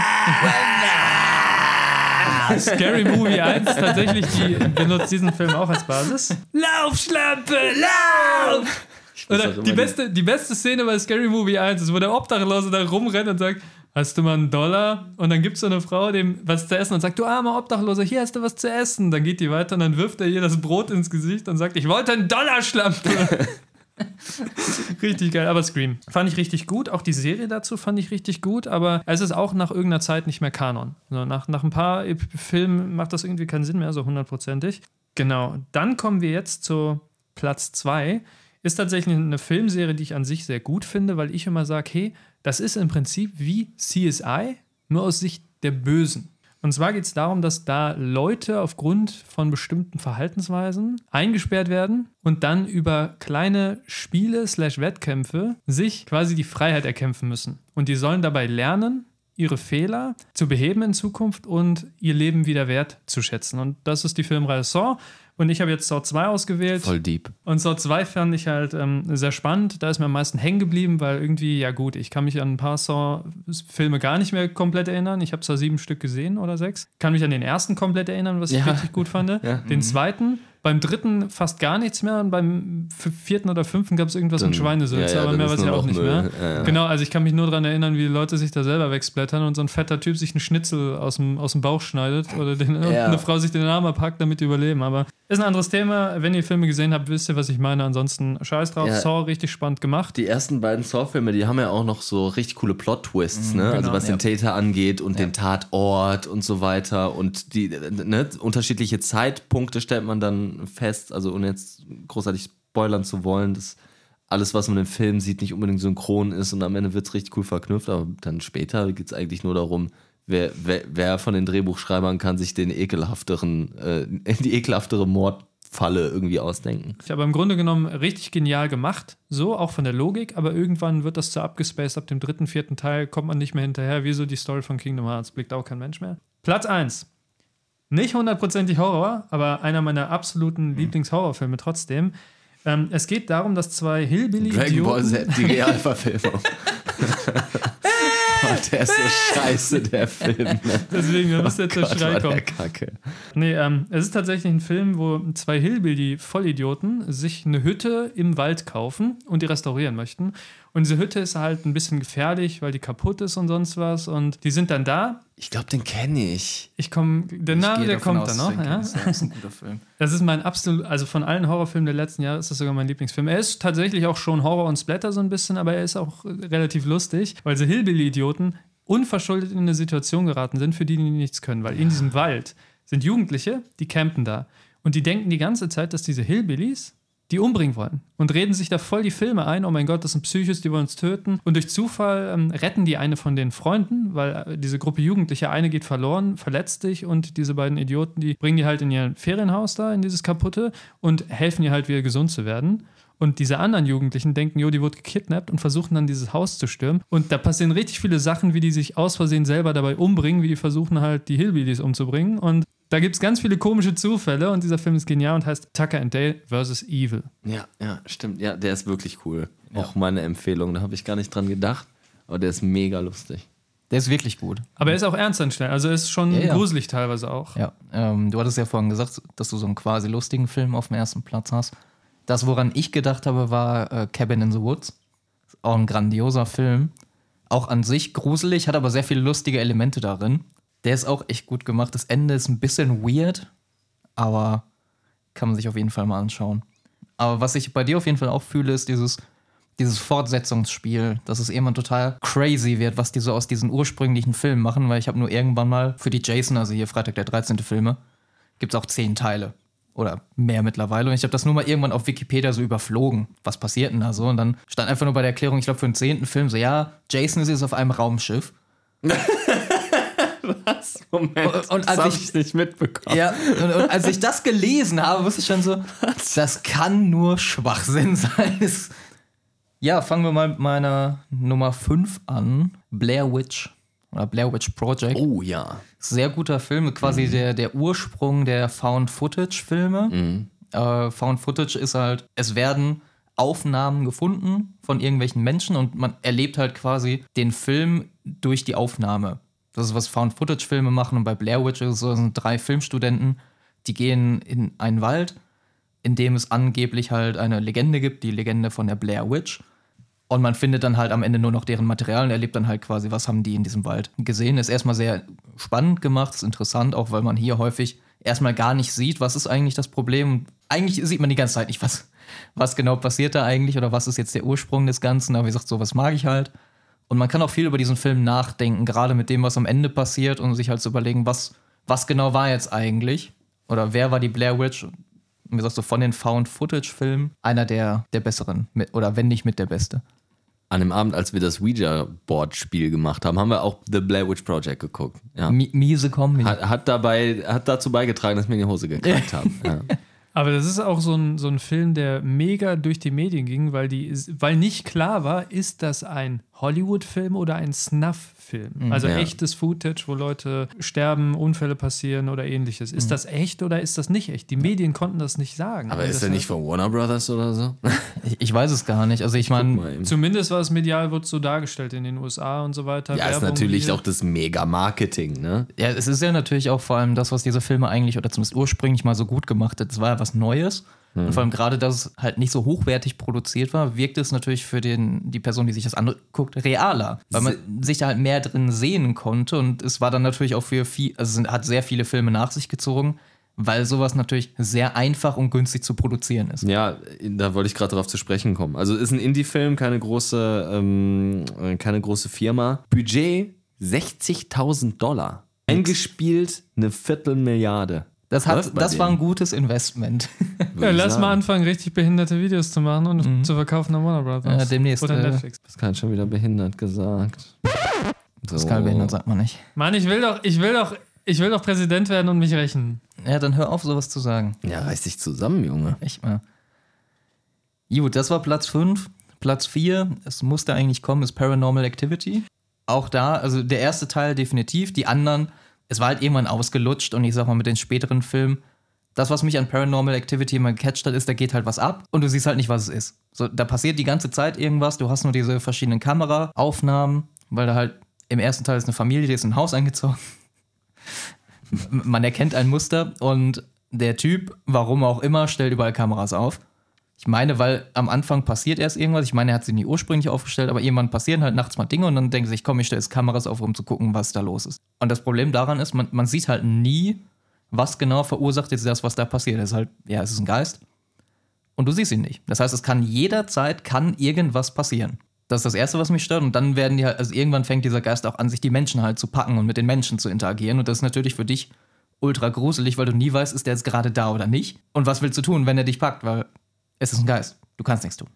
Scary Movie eins tatsächlich, die benutzt diesen Film auch als Basis. Lauf, Schlampe, lauf! Oder die beste, die beste Szene bei Scary Movie eins ist, wo der Obdachlose da rumrennt und sagt, hast du mal einen Dollar? Und dann gibt es so eine Frau, dem was zu essen und sagt, du armer Obdachloser, hier hast du was zu essen. Dann geht die weiter und dann wirft er ihr das Brot ins Gesicht und sagt, ich wollte einen Dollar, Schlampe. Richtig geil, aber Scream fand ich richtig gut, auch die Serie dazu fand ich richtig gut, aber es ist auch nach irgendeiner Zeit nicht mehr Kanon. Also nach, nach ein paar Filmen macht das irgendwie keinen Sinn mehr, so hundertprozentig. Genau, dann kommen wir jetzt zu Platz zwei. Ist tatsächlich eine Filmserie, die ich an sich sehr gut finde, weil ich immer sage, hey, das ist im Prinzip wie C S I, nur aus Sicht der Bösen. Und zwar geht es darum, dass da Leute aufgrund von bestimmten Verhaltensweisen eingesperrt werden und dann über kleine Spiele slash Wettkämpfe sich quasi die Freiheit erkämpfen müssen. Und die sollen dabei lernen, ihre Fehler zu beheben in Zukunft und ihr Leben wieder wertzuschätzen. Und das ist die Filmreihe Saw. Und ich habe jetzt Saw zwei ausgewählt. Voll deep. Und Saw zwei fand ich halt ähm, sehr spannend. Da ist mir am meisten hängen geblieben, weil irgendwie, ja gut, ich kann mich an ein paar Saw-Filme gar nicht mehr komplett erinnern. Ich habe zwar sieben Stück gesehen oder sechs. Kann mich an den ersten komplett erinnern, was ich Ja. richtig gut fand. Ja. Den zweiten, beim dritten fast gar nichts mehr. Und beim f- vierten oder fünften gab es irgendwas Dann- mit Schweinesülze, ja, ja, aber dann mehr ist weiß ich nur auch noch nicht Müll. mehr. Ja, ja. Genau, also ich kann mich nur daran erinnern, wie die Leute sich da selber wegsplattern und so ein fetter Typ sich einen Schnitzel aus dem, aus dem Bauch schneidet oder den, Ja. eine Frau sich den Arm abpackt, damit die überleben. Aber ist ein anderes Thema. Wenn ihr Filme gesehen habt, wisst ihr, was ich meine. Ansonsten scheiß drauf. Ja. Saw, richtig spannend gemacht. Die ersten beiden Saw-Filme, die haben ja auch noch so richtig coole Plot-Twists, ne? Also genau, was ja. den Täter angeht und den Tatort und so weiter. Und die ne, unterschiedliche Zeitpunkte stellt man dann fest, also ohne jetzt großartig spoilern zu wollen, dass alles, was man im Film sieht, nicht unbedingt synchron ist und am Ende wird es richtig cool verknüpft, aber dann später geht es eigentlich nur darum, wer, wer, wer von den Drehbuchschreibern kann sich den ekelhafteren, äh, die ekelhaftere Mordfalle irgendwie ausdenken. Aber im Grunde genommen richtig genial gemacht. So, auch von der Logik. Aber irgendwann wird das zu abgespaced. Ab dem dritten, vierten Teil kommt man nicht mehr hinterher. Wie so die Story von Kingdom Hearts. Blickt auch kein Mensch mehr. Platz eins. Nicht hundertprozentig Horror, aber einer meiner absoluten Lieblingshorrorfilme trotzdem. Ähm, es geht darum, dass zwei Hillbilly-Idioten... Dragon Ball Z, die Realverfilmung. Oh, der ist so scheiße, der Film. Ne? Deswegen, da müsste jetzt der Gott, Schrei war kommen. der Kacke. Nee, ähm, es ist tatsächlich ein Film, wo zwei Hillbilly-Vollidioten sich eine Hütte im Wald kaufen und die restaurieren möchten. Und diese Hütte ist halt ein bisschen gefährlich, weil die kaputt ist und sonst was. Und die sind dann da. Ich glaube, den kenne ich. Ich komme, der Ich Name, gehe der davon kommt aus, dann noch. dass ich den Ja? kenne. Das ist ein guter Film. Das ist mein absolut, also von allen Horrorfilmen der letzten Jahre ist das sogar mein Lieblingsfilm. Er ist tatsächlich auch schon Horror und Splatter so ein bisschen, aber er ist auch relativ lustig, weil so Hillbilly-Idioten unverschuldet in eine Situation geraten sind, für die die nichts können. Weil in diesem Wald sind Jugendliche, die campen da. Und die denken die ganze Zeit, dass diese Hillbillies die umbringen wollen und reden sich da voll die Filme ein. Oh mein Gott, das sind Psychos, die wollen uns töten. Und durch Zufall ähm, retten die eine von den Freunden, weil äh, diese Gruppe Jugendlicher, eine geht verloren, verletzt sich und diese beiden Idioten, die bringen die halt in ihr Ferienhaus da, in dieses kaputte und helfen ihr halt wieder gesund zu werden. Und diese anderen Jugendlichen denken, jo, die wurde gekidnappt und versuchen dann dieses Haus zu stürmen. Und da passieren richtig viele Sachen, wie die sich aus Versehen selber dabei umbringen, wie die versuchen halt die Hillbillies umzubringen. Und da gibt es ganz viele komische Zufälle und dieser Film ist genial und heißt Tucker and Dale versus. Evil. Ja, ja, stimmt. Ja, der ist wirklich cool. Ja. Auch meine Empfehlung, da habe ich gar nicht dran gedacht. Aber der ist mega lustig. Der ist wirklich gut. Aber er ist auch ernst anstellen. Also er ist schon ja, ja. gruselig teilweise auch. Ja, ähm, du hattest ja vorhin gesagt, dass du so einen quasi lustigen Film auf dem ersten Platz hast. Das, woran ich gedacht habe, war äh, Cabin in the Woods. Ist auch ein grandioser Film. Auch an sich gruselig, hat aber sehr viele lustige Elemente darin. Der ist auch echt gut gemacht. Das Ende ist ein bisschen weird, aber kann man sich auf jeden Fall mal anschauen. Aber was ich bei dir auf jeden Fall auch fühle, ist dieses, dieses Fortsetzungsspiel, dass es irgendwann total crazy wird, was die so aus diesen ursprünglichen Filmen machen, weil ich habe nur irgendwann mal für die Jason, also hier Freitag der dreizehnte Filme, gibt es auch zehn Teile. Oder mehr mittlerweile. Und ich habe das nur mal irgendwann auf Wikipedia so überflogen. Was passiert denn da so? Und dann stand einfach nur bei der Erklärung, ich glaube für den zehnten Film, so ja, Jason ist jetzt auf einem Raumschiff. Was? Moment, und, und das als habe ich ich nicht mitbekommen. Ja, und, und als ich das gelesen habe, wusste ich schon so, das kann nur Schwachsinn sein. Ja, fangen wir mal mit meiner Nummer fünf an. Blair Witch. Oder Blair Witch Project. Oh ja. Sehr guter Film, quasi mhm. der, der Ursprung der Found-Footage-Filme. Mhm. Äh, Found-Footage ist halt, es werden Aufnahmen gefunden von irgendwelchen Menschen und man erlebt halt quasi den Film durch die Aufnahme. Das ist, was Found-Footage-Filme machen. Und bei Blair Witch ist es so, das sind drei Filmstudenten, die gehen in einen Wald, in dem es angeblich halt eine Legende gibt, die Legende von der Blair Witch. Und man findet dann halt am Ende nur noch deren Material und erlebt dann halt quasi, was haben die in diesem Wald gesehen. Ist erstmal sehr spannend gemacht, ist interessant, auch weil man hier häufig erstmal gar nicht sieht, was ist eigentlich das Problem. Eigentlich sieht man die ganze Zeit nicht, was, was genau passiert da eigentlich oder was ist jetzt der Ursprung des Ganzen. Aber wie gesagt, sowas mag ich halt. Und man kann auch viel über diesen Film nachdenken, gerade mit dem, was am Ende passiert und sich halt zu überlegen, was, was genau war jetzt eigentlich oder wer war die Blair Witch. Und wie gesagt, so von den Found-Footage-Filmen einer der, der besseren mit, oder wenn nicht mit der Beste. An dem Abend, als wir das Ouija-Board-Spiel gemacht haben, haben wir auch The Blair Witch Project geguckt. Ja. Miese Kombi. Hat, hat, dabei, hat dazu beigetragen, dass wir in die Hose gekackt haben. Ja. Aber das ist auch so ein, so ein Film, der mega durch die Medien ging, weil, die, weil nicht klar war, ist das ein Hollywood-Film oder ein Snuff-Film? Mhm, also ja. echtes Footage, wo Leute sterben, Unfälle passieren oder ähnliches. Ist mhm. das echt oder ist das nicht echt? Die Medien konnten das nicht sagen. Aber ist der nicht von Warner Brothers oder so? Ich, ich weiß es gar nicht. Also ich meine, zumindest war es medial, wurde so dargestellt in den U S A und so weiter. Ja, Werbung ist natürlich hier. auch das Mega-Marketing, ne? Ja, es ist ja natürlich auch vor allem das, was diese Filme eigentlich oder zumindest ursprünglich mal so gut gemacht hat. Es war ja was Neues. Und vor allem gerade, dass es halt nicht so hochwertig produziert war, wirkt es natürlich für den, die Person, die sich das anguckt, realer. Weil man Se- sich da halt mehr drin sehen konnte. Und es war dann natürlich auch für viel, also es hat sehr viele Filme nach sich gezogen, weil sowas natürlich sehr einfach und günstig zu produzieren ist. Ja, da wollte ich gerade darauf zu sprechen kommen. Also ist ein Indie-Film, keine große, ähm, keine große Firma. Budget sechzigtausend Dollar. Eingespielt eine Viertelmilliarde. Das, hat, das war ein gutes Investment. Ja, lass mal anfangen, richtig behinderte Videos zu machen und mhm. zu verkaufen an Warner Brothers. Ja, demnächst. Oder äh, Netflix. Pascal schon wieder behindert gesagt. So. Pascal behindert sagt man nicht. Mann, ich will doch, ich will doch, ich will doch Präsident werden und mich rächen. Ja, dann hör auf, sowas zu sagen. Ja, reiß dich zusammen, Junge. Echt mal. Gut, das war Platz fünf. Platz vier, es musste eigentlich kommen, ist Paranormal Activity. Auch da, also der erste Teil definitiv, die anderen, es war halt irgendwann ausgelutscht und ich sag mal mit den späteren Filmen, das, was mich an Paranormal Activity immer gecatcht hat, ist, da geht halt was ab und du siehst halt nicht, was es ist. So, da passiert die ganze Zeit irgendwas, du hast nur diese verschiedenen Kameraaufnahmen, weil da halt im ersten Teil ist eine Familie, die ist in ein Haus eingezogen. Man erkennt ein Muster und der Typ, warum auch immer, stellt überall Kameras auf. Ich meine, weil am Anfang passiert erst irgendwas. Ich meine, er hat sie nie ursprünglich aufgestellt, aber irgendwann passieren halt nachts mal Dinge und dann denken sie sich, komm, ich stelle jetzt Kameras auf, um zu gucken, was da los ist. Und das Problem daran ist, man, man sieht halt nie, was genau verursacht jetzt das, was da passiert. Es ist halt, ja, es ist ein Geist und du siehst ihn nicht. Das heißt, es kann jederzeit, kann irgendwas passieren. Das ist das Erste, was mich stört. Und dann werden die halt, also irgendwann fängt dieser Geist auch an, sich die Menschen halt zu packen und mit den Menschen zu interagieren. Und das ist natürlich für dich ultra gruselig, weil du nie weißt, ist der jetzt gerade da oder nicht. Und was willst du tun, wenn er dich packt? Weil es ist ein Geist. Du kannst nichts tun.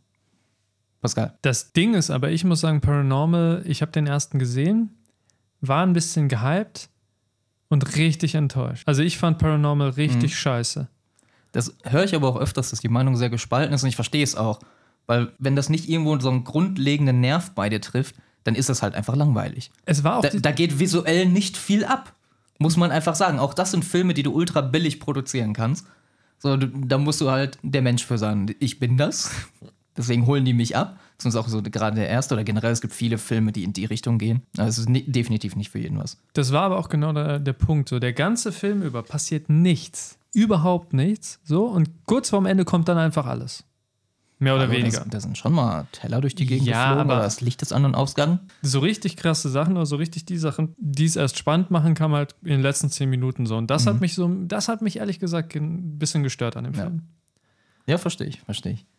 Pascal. Das Ding ist aber, ich muss sagen, Paranormal, ich habe den ersten gesehen, war ein bisschen gehypt und richtig enttäuscht. Also ich fand Paranormal richtig mhm. scheiße. Das höre ich aber auch öfters, dass die Meinung sehr gespalten ist und ich verstehe es auch. Weil wenn das nicht irgendwo so einen grundlegenden Nerv bei dir trifft, dann ist das halt einfach langweilig. Es war auch da, da geht visuell nicht viel ab. Muss man einfach sagen. Auch das sind Filme, die du ultra billig produzieren kannst. So, du, da musst du halt der Mensch für sein. Ich bin das. Deswegen holen die mich ab. Das ist auch so gerade der erste oder generell, es gibt viele Filme, die in die Richtung gehen. Also es ist ne, definitiv nicht für jeden was. Das war aber auch genau der, der Punkt. So, der ganze Film über passiert nichts. Überhaupt nichts. So, und kurz vorm Ende kommt dann einfach alles. Mehr oder also weniger. Da sind schon mal Teller durch die Gegend ja, geflogen aber oder das Licht ist an und ausgegangen. So richtig krasse Sachen oder so richtig die Sachen, die es erst spannend machen, kam halt in den letzten zehn Minuten so. Und das mhm. hat mich so, das hat mich ehrlich gesagt ein bisschen gestört an dem ja. Film. Ja, verstehe ich, verstehe ich.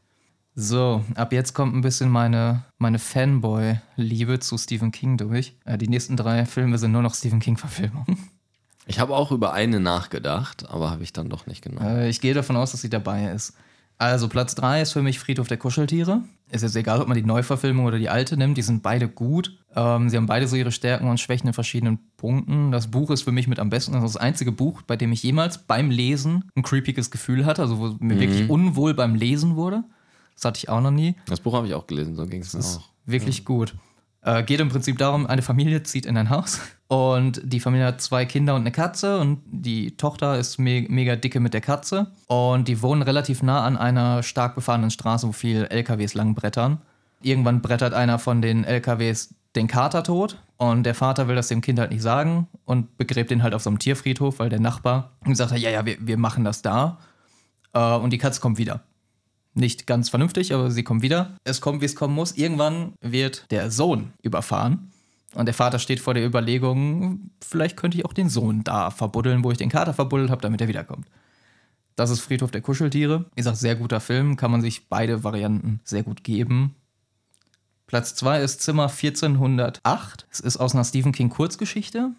So, ab jetzt kommt ein bisschen meine, meine Fanboy-Liebe zu Stephen King durch. Äh, die nächsten drei Filme sind nur noch Stephen King-Verfilmungen. Ich habe auch über eine nachgedacht, aber habe ich dann doch nicht genommen. Äh, ich gehe davon aus, dass sie dabei ist. Also Platz drei ist für mich Friedhof der Kuscheltiere. Ist jetzt egal, ob man die Neuverfilmung oder die alte nimmt, die sind beide gut. Ähm, sie haben beide so ihre Stärken und Schwächen in verschiedenen Punkten. Das Buch ist für mich mit am besten. Das ist das einzige Buch, bei dem ich jemals beim Lesen ein creepiges Gefühl hatte, also wo mir mhm. wirklich unwohl beim Lesen wurde. Das hatte ich auch noch nie. Das Buch habe ich auch gelesen, so ging es mir auch. Wirklich ja. gut. Äh, geht im Prinzip darum, eine Familie zieht in ein Haus und die Familie hat zwei Kinder und eine Katze und die Tochter ist me- mega dicke mit der Katze und die wohnen relativ nah an einer stark befahrenen Straße, wo viele L K Ws lang brettern. Irgendwann brettert einer von den L K Ws den Kater tot und der Vater will das dem Kind halt nicht sagen und begräbt den halt auf so einem Tierfriedhof, weil der Nachbar gesagt hat, ja, ja, wir, wir machen das da. Äh, und die Katze kommt wieder. Nicht ganz vernünftig, aber sie kommt wieder. Es kommt, wie es kommen muss. Irgendwann wird der Sohn überfahren. Und der Vater steht vor der Überlegung, vielleicht könnte ich auch den Sohn da verbuddeln, wo ich den Kater verbuddelt habe, damit er wiederkommt. Das ist Friedhof der Kuscheltiere. Wie gesagt, sehr guter Film. Kann man sich beide Varianten sehr gut geben. Platz zwei ist Zimmer vierzehnhundertacht. Es ist aus einer Stephen King Kurzgeschichte.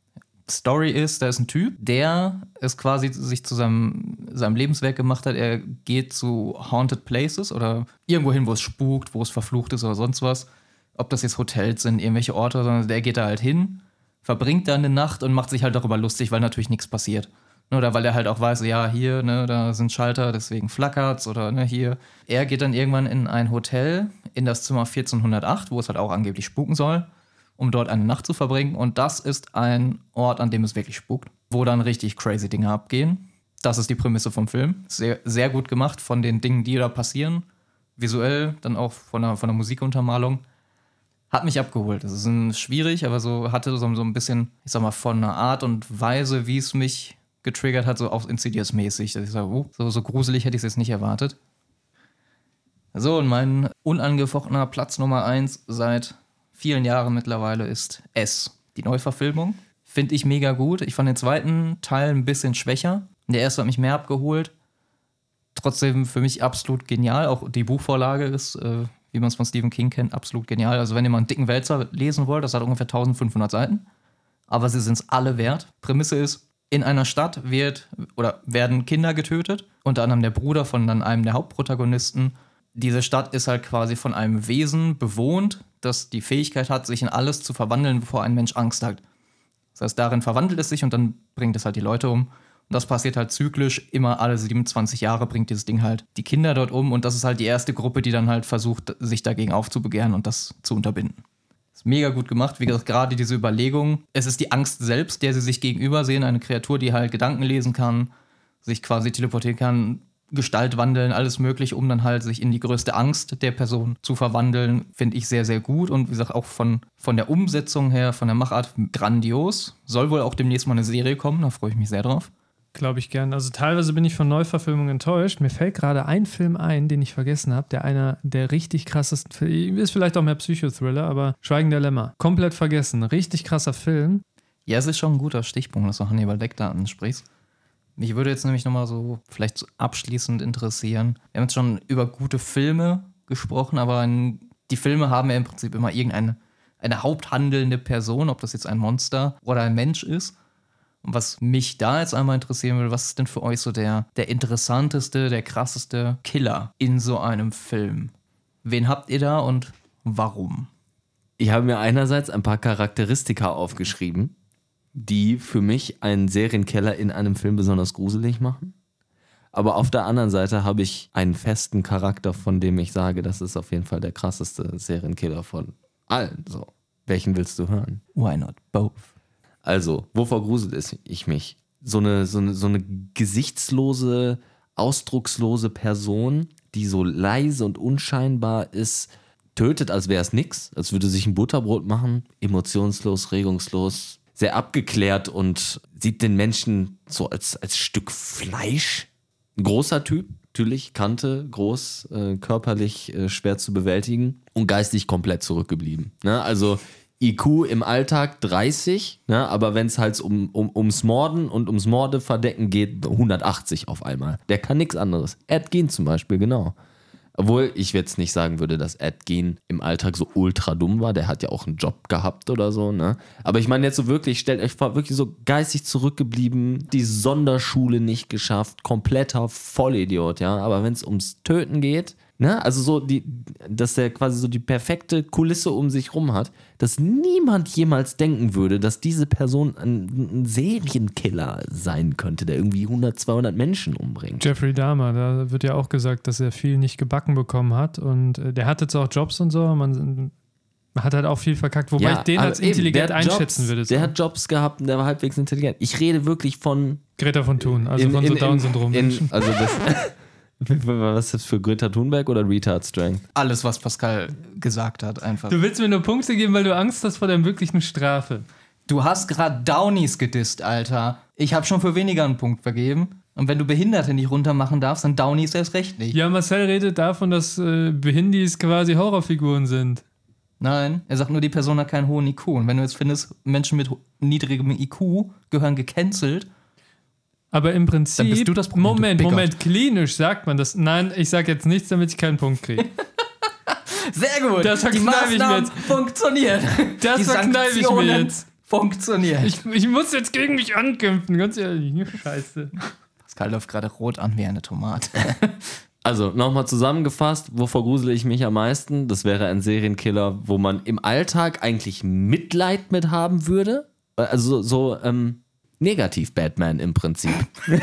Story ist, da ist ein Typ, der es quasi sich zu seinem, seinem Lebenswerk gemacht hat. Er geht zu Haunted Places oder irgendwo hin, wo es spukt, wo es verflucht ist oder sonst was. Ob das jetzt Hotels sind, irgendwelche Orte, sondern der geht da halt hin, verbringt da eine Nacht und macht sich halt darüber lustig, weil natürlich nichts passiert. Oder weil er halt auch weiß, ja, hier, ne, da sind Schalter, deswegen flackert's oder ne, hier. Er geht dann irgendwann in ein Hotel, in das Zimmer vierzehnhundertacht, wo es halt auch angeblich spuken soll, um dort eine Nacht zu verbringen. Und das ist ein Ort, an dem es wirklich spukt, wo dann richtig crazy Dinge abgehen. Das ist die Prämisse vom Film. Sehr, sehr gut gemacht von den Dingen, die da passieren. Visuell, dann auch von der, von der Musikuntermalung. Hat mich abgeholt. Das ist ein, schwierig, aber so hatte so, so ein bisschen, ich sag mal, von einer Art und Weise, wie es mich getriggert hat, so auch Insidious-mäßig. Dass ich sage, oh, so, so gruselig hätte ich es jetzt nicht erwartet. So, und mein unangefochtener Platz Nummer eins seit vielen Jahren mittlerweile ist S, die Neuverfilmung. Finde ich mega gut. Ich fand den zweiten Teil ein bisschen schwächer. Der erste hat mich mehr abgeholt. Trotzdem für mich absolut genial. Auch die Buchvorlage ist, äh, wie man es von Stephen King kennt, absolut genial. Also wenn ihr mal einen dicken Wälzer lesen wollt, das hat ungefähr eintausendfünfhundert Seiten. Aber sie sind es alle wert. Prämisse ist, in einer Stadt wird oder werden Kinder getötet. Unter anderem der Bruder von dann einem der Hauptprotagonisten. Diese Stadt ist halt quasi von einem Wesen bewohnt, das die Fähigkeit hat, sich in alles zu verwandeln, bevor ein Mensch Angst hat. Das heißt, darin verwandelt es sich und dann bringt es halt die Leute um. Und das passiert halt zyklisch, immer alle siebenundzwanzig Jahre bringt dieses Ding halt die Kinder dort um. Und das ist halt die erste Gruppe, die dann halt versucht, sich dagegen aufzubegehren und das zu unterbinden. Ist mega gut gemacht. Wie gesagt, gerade diese Überlegung, es ist die Angst selbst, der sie sich gegenüber sehen. Eine Kreatur, die halt Gedanken lesen kann, sich quasi teleportieren kann, Gestalt wandeln, alles möglich, um dann halt sich in die größte Angst der Person zu verwandeln, finde ich sehr, sehr gut. Und wie gesagt, auch von, von der Umsetzung her, von der Machart grandios. Soll wohl auch demnächst mal eine Serie kommen, da freue ich mich sehr drauf. Glaube ich gern. Also teilweise bin ich von Neuverfilmungen enttäuscht. Mir fällt gerade ein Film ein, den ich vergessen habe, der einer der richtig krassesten Filme, ist vielleicht auch mehr Psychothriller, aber Schweigen der Lämmer. Komplett vergessen. Richtig krasser Film. Ja, es ist schon ein guter Stichpunkt, dass du Hannibal Lecter ansprichst. Mich würde jetzt nämlich nochmal so vielleicht so abschließend interessieren. Wir haben jetzt schon über gute Filme gesprochen, aber ein, die Filme haben ja im Prinzip immer irgendeine eine haupthandelnde Person, ob das jetzt ein Monster oder ein Mensch ist. Und was mich da jetzt einmal interessieren würde, was ist denn für euch so der, der interessanteste, der krasseste Killer in so einem Film? Wen habt ihr da und warum? Ich habe mir einerseits ein paar Charakteristika aufgeschrieben, die für mich einen Serienkiller in einem Film besonders gruselig machen. Aber auf der anderen Seite habe ich einen festen Charakter, von dem ich sage, das ist auf jeden Fall der krasseste Serienkiller von allen. So. Welchen willst du hören? Why not both? Also, wovor gruselt es ich mich? So eine, so eine, so eine gesichtslose, ausdruckslose Person, die so leise und unscheinbar ist, tötet, als wäre es nix, als würde sich ein Butterbrot machen, emotionslos, regungslos, sehr abgeklärt und sieht den Menschen so als, als Stück Fleisch. Ein großer Typ, natürlich, Kante, groß, äh, körperlich äh, schwer zu bewältigen und geistig komplett zurückgeblieben. Ne? Also I Q im Alltag dreißig, ne? Aber wenn es halt um, um, ums Morden und ums Morde verdecken geht, hundertachtzig auf einmal. Der kann nichts anderes. Ed Gein zum Beispiel, genau. Obwohl ich jetzt nicht sagen würde, dass Ed Gein im Alltag so ultra dumm war. Der hat ja auch einen Job gehabt oder so, ne? Aber ich meine jetzt so wirklich, stellt euch vor, wirklich so geistig zurückgeblieben, die Sonderschule nicht geschafft, kompletter Vollidiot, ja? Aber wenn es ums Töten geht, ne? Also so, die, dass der quasi so die perfekte Kulisse um sich rum hat, dass niemand jemals denken würde, dass diese Person ein, ein Serienkiller sein könnte, der irgendwie hundert, zweihundert Menschen umbringt. Jeffrey Dahmer, da wird ja auch gesagt, dass er viel nicht gebacken bekommen hat und äh, der hat jetzt auch Jobs und so, man hat halt auch viel verkackt, wobei Ja, ich den aber als eben, intelligent der hat einschätzen Jobs, würde. Der hat Jobs gehabt und der war halbwegs intelligent. Ich rede wirklich von... Greta von Thun, also in, von in, so in, Down-Syndrom. in, Also das... Was ist das für Greta Thunberg oder Retard Strength? Alles, was Pascal gesagt hat, einfach. Du willst mir nur Punkte geben, weil du Angst hast vor der möglichen Strafe. Du hast gerade Downies gedisst, Alter. Ich habe schon für weniger einen Punkt vergeben. Und wenn du Behinderte nicht runtermachen darfst, dann Downies erst recht nicht. Ja, Marcel redet davon, dass äh, Behindis quasi Horrorfiguren sind. Nein, er sagt nur, die Person hat keinen hohen I Q. Und wenn du jetzt findest, Menschen mit ho- niedrigem I Q gehören gecancelt, Aber im Prinzip. Dann bist du das Problem, Moment, du Bigot. Moment, klinisch sagt man das. Nein, ich sag jetzt nichts, damit ich keinen Punkt kriege. sehr gut. Das die verkneife ich mir Maßnahmen jetzt. funktionieren. Das die verkneife ich mir Sanktionen jetzt. funktionieren. Ich, ich muss jetzt gegen mich ankämpfen, ganz ehrlich. Scheiße. Pascal läuft gerade rot an wie eine Tomate. Also, nochmal zusammengefasst, wovor grusele ich mich am meisten? Das wäre ein Serienkiller, wo man im Alltag eigentlich Mitleid mit haben würde. Also so, ähm, Negativ-Batman im Prinzip.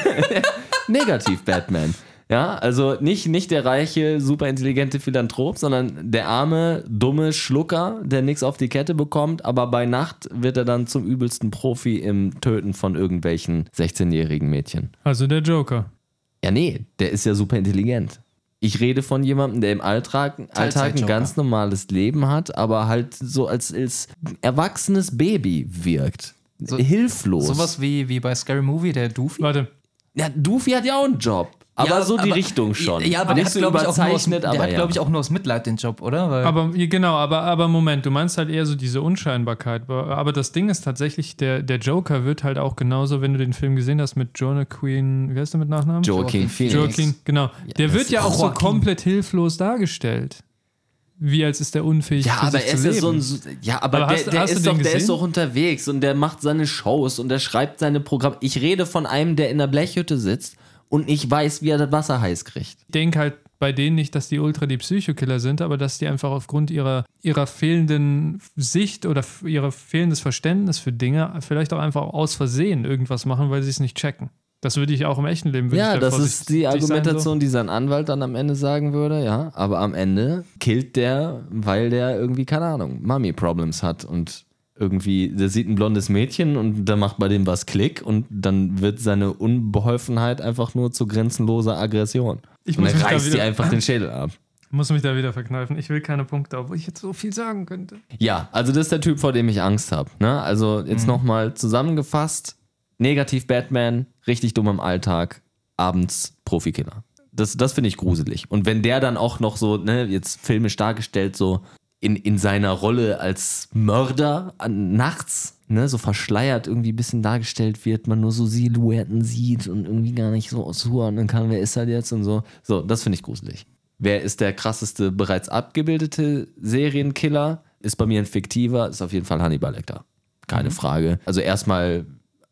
Negativ-Batman. Ja, also nicht, nicht der reiche, superintelligente Philanthrop, sondern der arme, dumme Schlucker, der nichts auf die Kette bekommt, aber bei Nacht wird er dann zum übelsten Profi im Töten von irgendwelchen sechzehnjährigen Mädchen. Also der Joker. Ja, nee, der ist ja super intelligent. Ich rede von jemandem, der im Alltag, Alltag ein ganz normales Leben hat, aber halt so als, als erwachsenes Baby wirkt. So- Hilflos. Sowas wie, wie bei Scary Movie, der Doofy. Warte. Ja, Doofy hat ja auch einen Job. Aber Ja, so die aber- Richtung schon. Ja, aber der nicht hat, so glaube ich, auch nur aus, überzeichnet, der aber hat, ja. glaube ich, auch nur aus Mitleid den Job, oder? Weil Aber genau, aber, aber Moment, du meinst halt eher so diese Unscheinbarkeit. Aber das Ding ist tatsächlich, der, der Joker wird halt auch genauso, wenn du den Film gesehen hast mit Joaquin, wie heißt der mit Nachnamen? Joaquin Phoenix. Joaquin, genau. der das wird ja ist auch so Joaquin. komplett hilflos dargestellt. Wie als ist der unfähig Ja, für aber sich er ist zu ja so leben. ein. Ja, aber, Aber der, hast du- der, hast du ist den doch, der gesehen? ist doch unterwegs und der macht seine Shows und der schreibt seine Programme. Ich rede von einem, der in der Blechhütte sitzt und nicht weiß, wie er das Wasser heiß kriegt. Ich denke halt bei denen nicht, dass die Ultra die Psychokiller sind, aber dass die einfach aufgrund ihrer, ihrer fehlenden Sicht oder f- ihrer fehlendes Verständnis für Dinge vielleicht auch einfach aus Versehen irgendwas machen, weil sie es nicht checken. Das würde ich auch im echten Leben würde Ja, ich da das ist die vorsichtig sein, Argumentation, so. die sein Anwalt dann am Ende sagen würde, ja. Aber am Ende killt der, weil der irgendwie, keine Ahnung, Mummy-Problems hat und irgendwie, der sieht ein blondes Mädchen und da macht bei dem was Klick und dann wird seine Unbeholfenheit einfach nur zu grenzenloser Aggression. Ich und muss er mich da reißt dir wieder- einfach den Schädel ab. Muss mich da wieder verkneifen. Ich will keine Punkte, obwohl ich jetzt so viel sagen könnte. Ja, also das ist der Typ, vor dem ich Angst habe. Ne? Also jetzt Mhm. nochmal zusammengefasst, negativ Batman, richtig dumm im Alltag, abends Profikiller. Das, das finde ich gruselig. Und wenn der dann auch noch so, ne, jetzt filmisch dargestellt, so in, in seiner Rolle als Mörder an, nachts, ne, so verschleiert irgendwie ein bisschen dargestellt wird, man nur so Silhouetten sieht und irgendwie gar nicht so zuordnen kann, wer ist das jetzt und so. So, das finde ich gruselig. Wer ist der krasseste bereits abgebildete Serienkiller? Ist bei mir ein fiktiver, ist auf jeden Fall Hannibal Lecter. Keine Frage. Also erstmal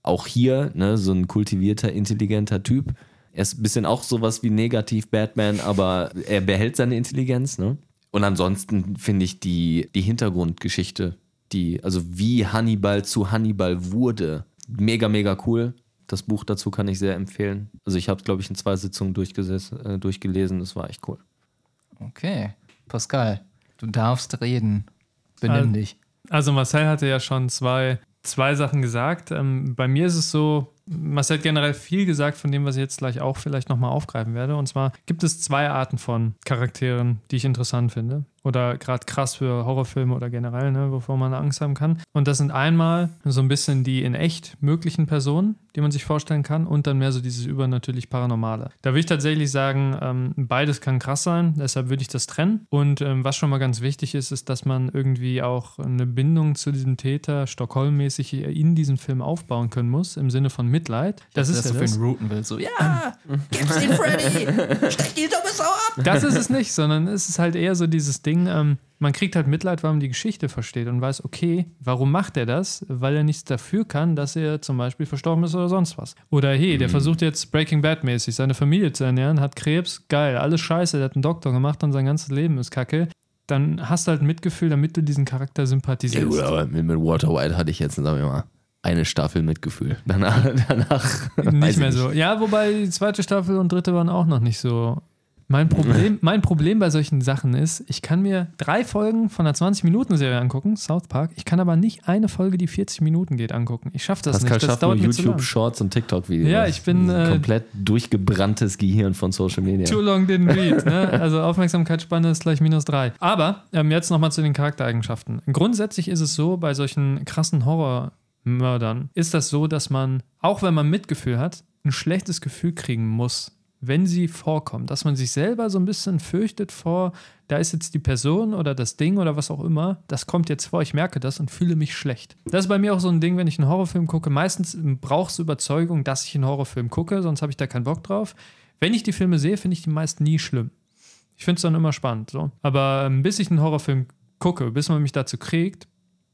auch hier, ne, so ein kultivierter, intelligenter Typ. Er ist ein bisschen auch sowas wie negativ Batman, aber er behält seine Intelligenz, ne? Und ansonsten finde ich die, die Hintergrundgeschichte, die, also wie Hannibal zu Hannibal wurde, mega, mega cool. Das Buch dazu kann ich sehr empfehlen. Also ich habe es, glaube ich, in zwei Sitzungen durchgesessen, äh, durchgelesen. Das war echt cool. Okay, Pascal, du darfst reden. Benimm Also- dich. Also Marcel hatte ja schon zwei, zwei Sachen gesagt. Ähm, bei mir ist es so, Marcel hat generell viel gesagt von dem, was ich jetzt gleich auch vielleicht nochmal aufgreifen werde. Und zwar gibt es zwei Arten von Charakteren, die ich interessant finde. Oder gerade krass für Horrorfilme oder generell, ne, wovor man Angst haben kann. Und das sind einmal so ein bisschen die in echt möglichen Personen, die man sich vorstellen kann, und dann mehr so dieses übernatürlich Paranormale. Da würde ich tatsächlich sagen, ähm, beides kann krass sein, deshalb würde ich das trennen. Und ähm, was schon mal ganz wichtig ist, ist, dass man irgendwie auch eine Bindung zu diesem Täter Stockholm-mäßig in diesem Film aufbauen können muss, im Sinne von Mitleid. Das ist dass ja du das. für ihn routen willst. So, ja, gib's ihn, Freddy! Stech die dumme Sau ab! Das ist es nicht, sondern es ist halt eher so dieses Ding, ähm, man kriegt halt Mitleid, weil man die Geschichte versteht und weiß, okay, warum macht er das? Weil er nichts dafür kann, dass er zum Beispiel verstorben ist oder sonst was. Oder hey, der versucht jetzt Breaking Bad-mäßig seine Familie zu ernähren, hat Krebs, geil, alles scheiße, der hat einen Doktor gemacht und sein ganzes Leben ist kacke. Dann hast du halt ein Mitgefühl, damit du diesen Charakter sympathisierst. Ja, gut, aber mit, mit Walter White hatte ich jetzt, sagen wir mal, eine Staffel Mitgefühl. Danach, danach weiß Nicht ich mehr so. Ja, wobei die zweite Staffel und dritte waren auch noch nicht so. Mein Problem, mein Problem bei solchen Sachen ist, ich kann mir drei Folgen von einer zwanzig-Minuten-Serie angucken, South Park. Ich kann aber nicht eine Folge, die vierzig Minuten geht, angucken. Ich schaffe das Pascal nicht. Das schafft nur dauert mir zu lang. YouTube-Shorts und TikTok-Videos. Ja, ich bin, Ein äh, komplett durchgebranntes Gehirn von Social Media. Too long didn't read. Ne? Also Aufmerksamkeitsspanne ist gleich minus drei. Aber ähm, jetzt nochmal zu den Charaktereigenschaften. Grundsätzlich ist es so, bei solchen krassen Horrormördern ist das so, dass man, auch wenn man Mitgefühl hat, ein schlechtes Gefühl kriegen muss, wenn sie vorkommen. Dass man sich selber so ein bisschen fürchtet vor, da ist jetzt die Person oder das Ding oder was auch immer, das kommt jetzt vor, ich merke das und fühle mich schlecht. Das ist bei mir auch so ein Ding, wenn ich einen Horrorfilm gucke. Meistens brauchst du Überzeugung, dass ich einen Horrorfilm gucke, sonst habe ich da keinen Bock drauf. Wenn ich die Filme sehe, finde ich die meist nie schlimm. Ich finde es dann immer spannend. So. Aber ähm, bis ich einen Horrorfilm gucke, bis man mich dazu kriegt,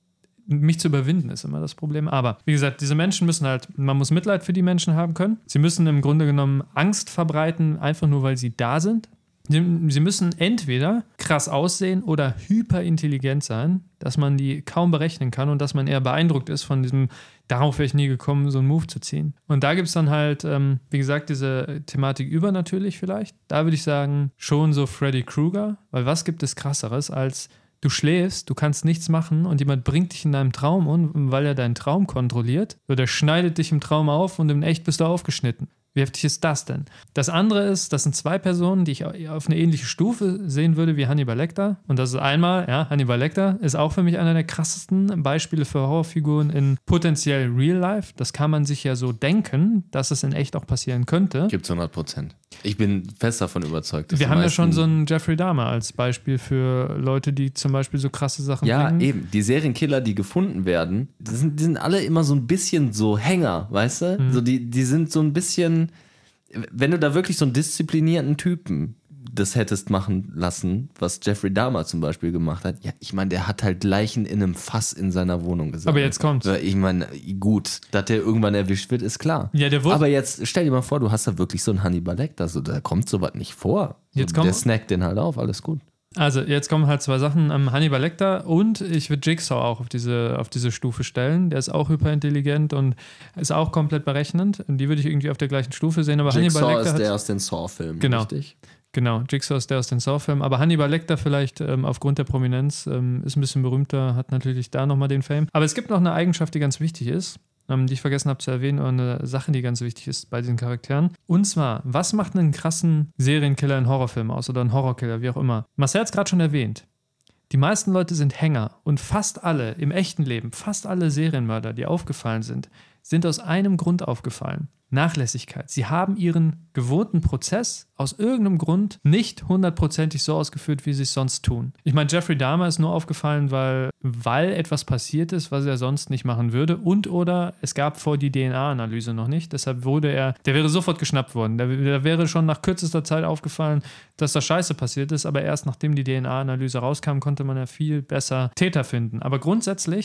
mich zu überwinden, ist immer das Problem. Aber wie gesagt, diese Menschen müssen halt, man muss Mitleid für die Menschen haben können. Sie müssen im Grunde genommen Angst verbreiten, einfach nur, weil sie da sind. Sie, sie müssen entweder krass aussehen oder hyperintelligent sein, dass man die kaum berechnen kann und dass man eher beeindruckt ist von diesem, darauf wäre ich nie gekommen, so einen Move zu ziehen. Und da gibt es dann halt, ähm, wie gesagt, diese Thematik übernatürlich vielleicht. Da würde ich sagen, schon so Freddy Krueger, weil was gibt es krasseres als du schläfst, du kannst nichts machen und jemand bringt dich in deinem Traum um, weil er deinen Traum kontrolliert. Oder schneidet dich im Traum auf und in echt bist du aufgeschnitten. Wie heftig ist das denn? Das andere ist, das sind zwei Personen, die ich auf eine ähnliche Stufe sehen würde wie Hannibal Lecter. Und das ist einmal, ja, Hannibal Lecter ist auch für mich einer der krassesten Beispiele für Horrorfiguren in potenziell Real Life. Das kann man sich ja so denken, dass es in echt auch passieren könnte. Gibt's hundert Prozent. Ich bin fest davon überzeugt. Dass Wir die haben ja meisten- schon so einen Jeffrey Dahmer als Beispiel für Leute, die zum Beispiel so krasse Sachen Ja, bringen. eben. Die Serienkiller, die gefunden werden, die sind, die sind alle immer so ein bisschen so Hänger, weißt du? Mhm. So die, die sind so ein bisschen, wenn du da wirklich so einen disziplinierten Typen das hättest machen lassen, was Jeffrey Dahmer zum Beispiel gemacht hat. Ja, ich meine, der hat halt Leichen in einem Fass in seiner Wohnung gesammelt. Aber jetzt kommt's. Ich meine, gut, dass der irgendwann erwischt wird, ist klar. Ja, der wurde- Aber jetzt stell dir mal vor, du hast da wirklich so einen Hannibal Lecter, so, da kommt sowas nicht vor. So, Jetzt komm- der snackt den halt auf, alles gut. Also, jetzt kommen halt zwei Sachen. Ähm, Hannibal Lecter und ich würde Jigsaw auch auf diese, auf diese Stufe stellen. Der ist auch hyperintelligent und ist auch komplett berechnend. Und die würde ich irgendwie auf der gleichen Stufe sehen. Aber Jigsaw Hannibal Lecter ist hat, der aus den Saw-Filmen, Genau. richtig? Genau, Jigsaw ist der aus den Saw-Filmen. Aber Hannibal Lecter vielleicht ähm, aufgrund der Prominenz ähm, ist ein bisschen berühmter, hat natürlich da nochmal den Fame. Aber es gibt noch eine Eigenschaft, die ganz wichtig ist, ähm, die ich vergessen habe zu erwähnen, oder eine Sache, die ganz wichtig ist bei diesen Charakteren. Und zwar, was macht einen krassen Serienkiller in Horrorfilmen aus oder einen Horrorkiller, wie auch immer? Marcel hat es gerade schon erwähnt. Die meisten Leute sind Hänger und fast alle im echten Leben, fast alle Serienmörder, die aufgefallen sind, sind aus einem Grund aufgefallen. Nachlässigkeit. Sie haben ihren gewohnten Prozess aus irgendeinem Grund nicht hundertprozentig so ausgeführt, wie sie es sonst tun. Ich meine, Jeffrey Dahmer ist nur aufgefallen, weil, weil etwas passiert ist, was er sonst nicht machen würde und oder es gab vor die D N A-Analyse noch nicht. Deshalb wurde er, der wäre sofort geschnappt worden. Der, der wäre schon nach kürzester Zeit aufgefallen, dass da Scheiße passiert ist, aber erst nachdem die D N A-Analyse rauskam, konnte man ja viel besser Täter finden. Aber grundsätzlich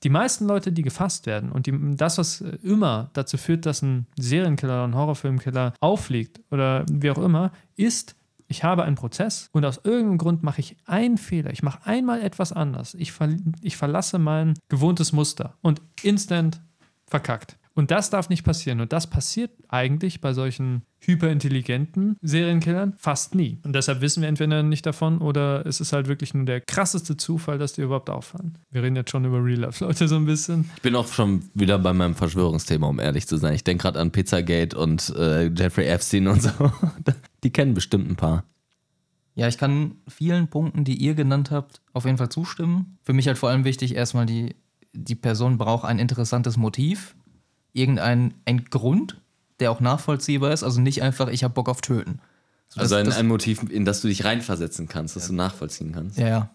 Die meisten Leute, die gefasst werden und die, das, was immer dazu führt, dass ein Serienkiller oder ein Horrorfilmkiller auffliegt oder wie auch immer, ist, ich habe einen Prozess und aus irgendeinem Grund mache ich einen Fehler. Ich mache einmal etwas anders. Ich, ver, ich verlasse mein gewohntes Muster und instant verkackt. Und das darf nicht passieren. Und das passiert eigentlich bei solchen hyperintelligenten Serienkillern fast nie. Und deshalb wissen wir entweder nicht davon oder es ist halt wirklich nur der krasseste Zufall, dass die überhaupt auffallen. Wir reden jetzt schon über Real-Life-Leute so ein bisschen. Ich bin auch schon wieder bei meinem Verschwörungsthema, um ehrlich zu sein. Ich denke gerade an Pizzagate und äh, Jeffrey Epstein und so. Die kennen bestimmt ein paar. Ja, ich kann vielen Punkten, die ihr genannt habt, auf jeden Fall zustimmen. Für mich halt vor allem wichtig, erstmal die, die Person braucht ein interessantes Motiv. Irgendein ein Grund, der auch nachvollziehbar ist, also nicht einfach, ich habe Bock auf Töten. So, also das, ein, das, ein Motiv, in das du dich reinversetzen kannst, das du nachvollziehen kannst. Ja, ja.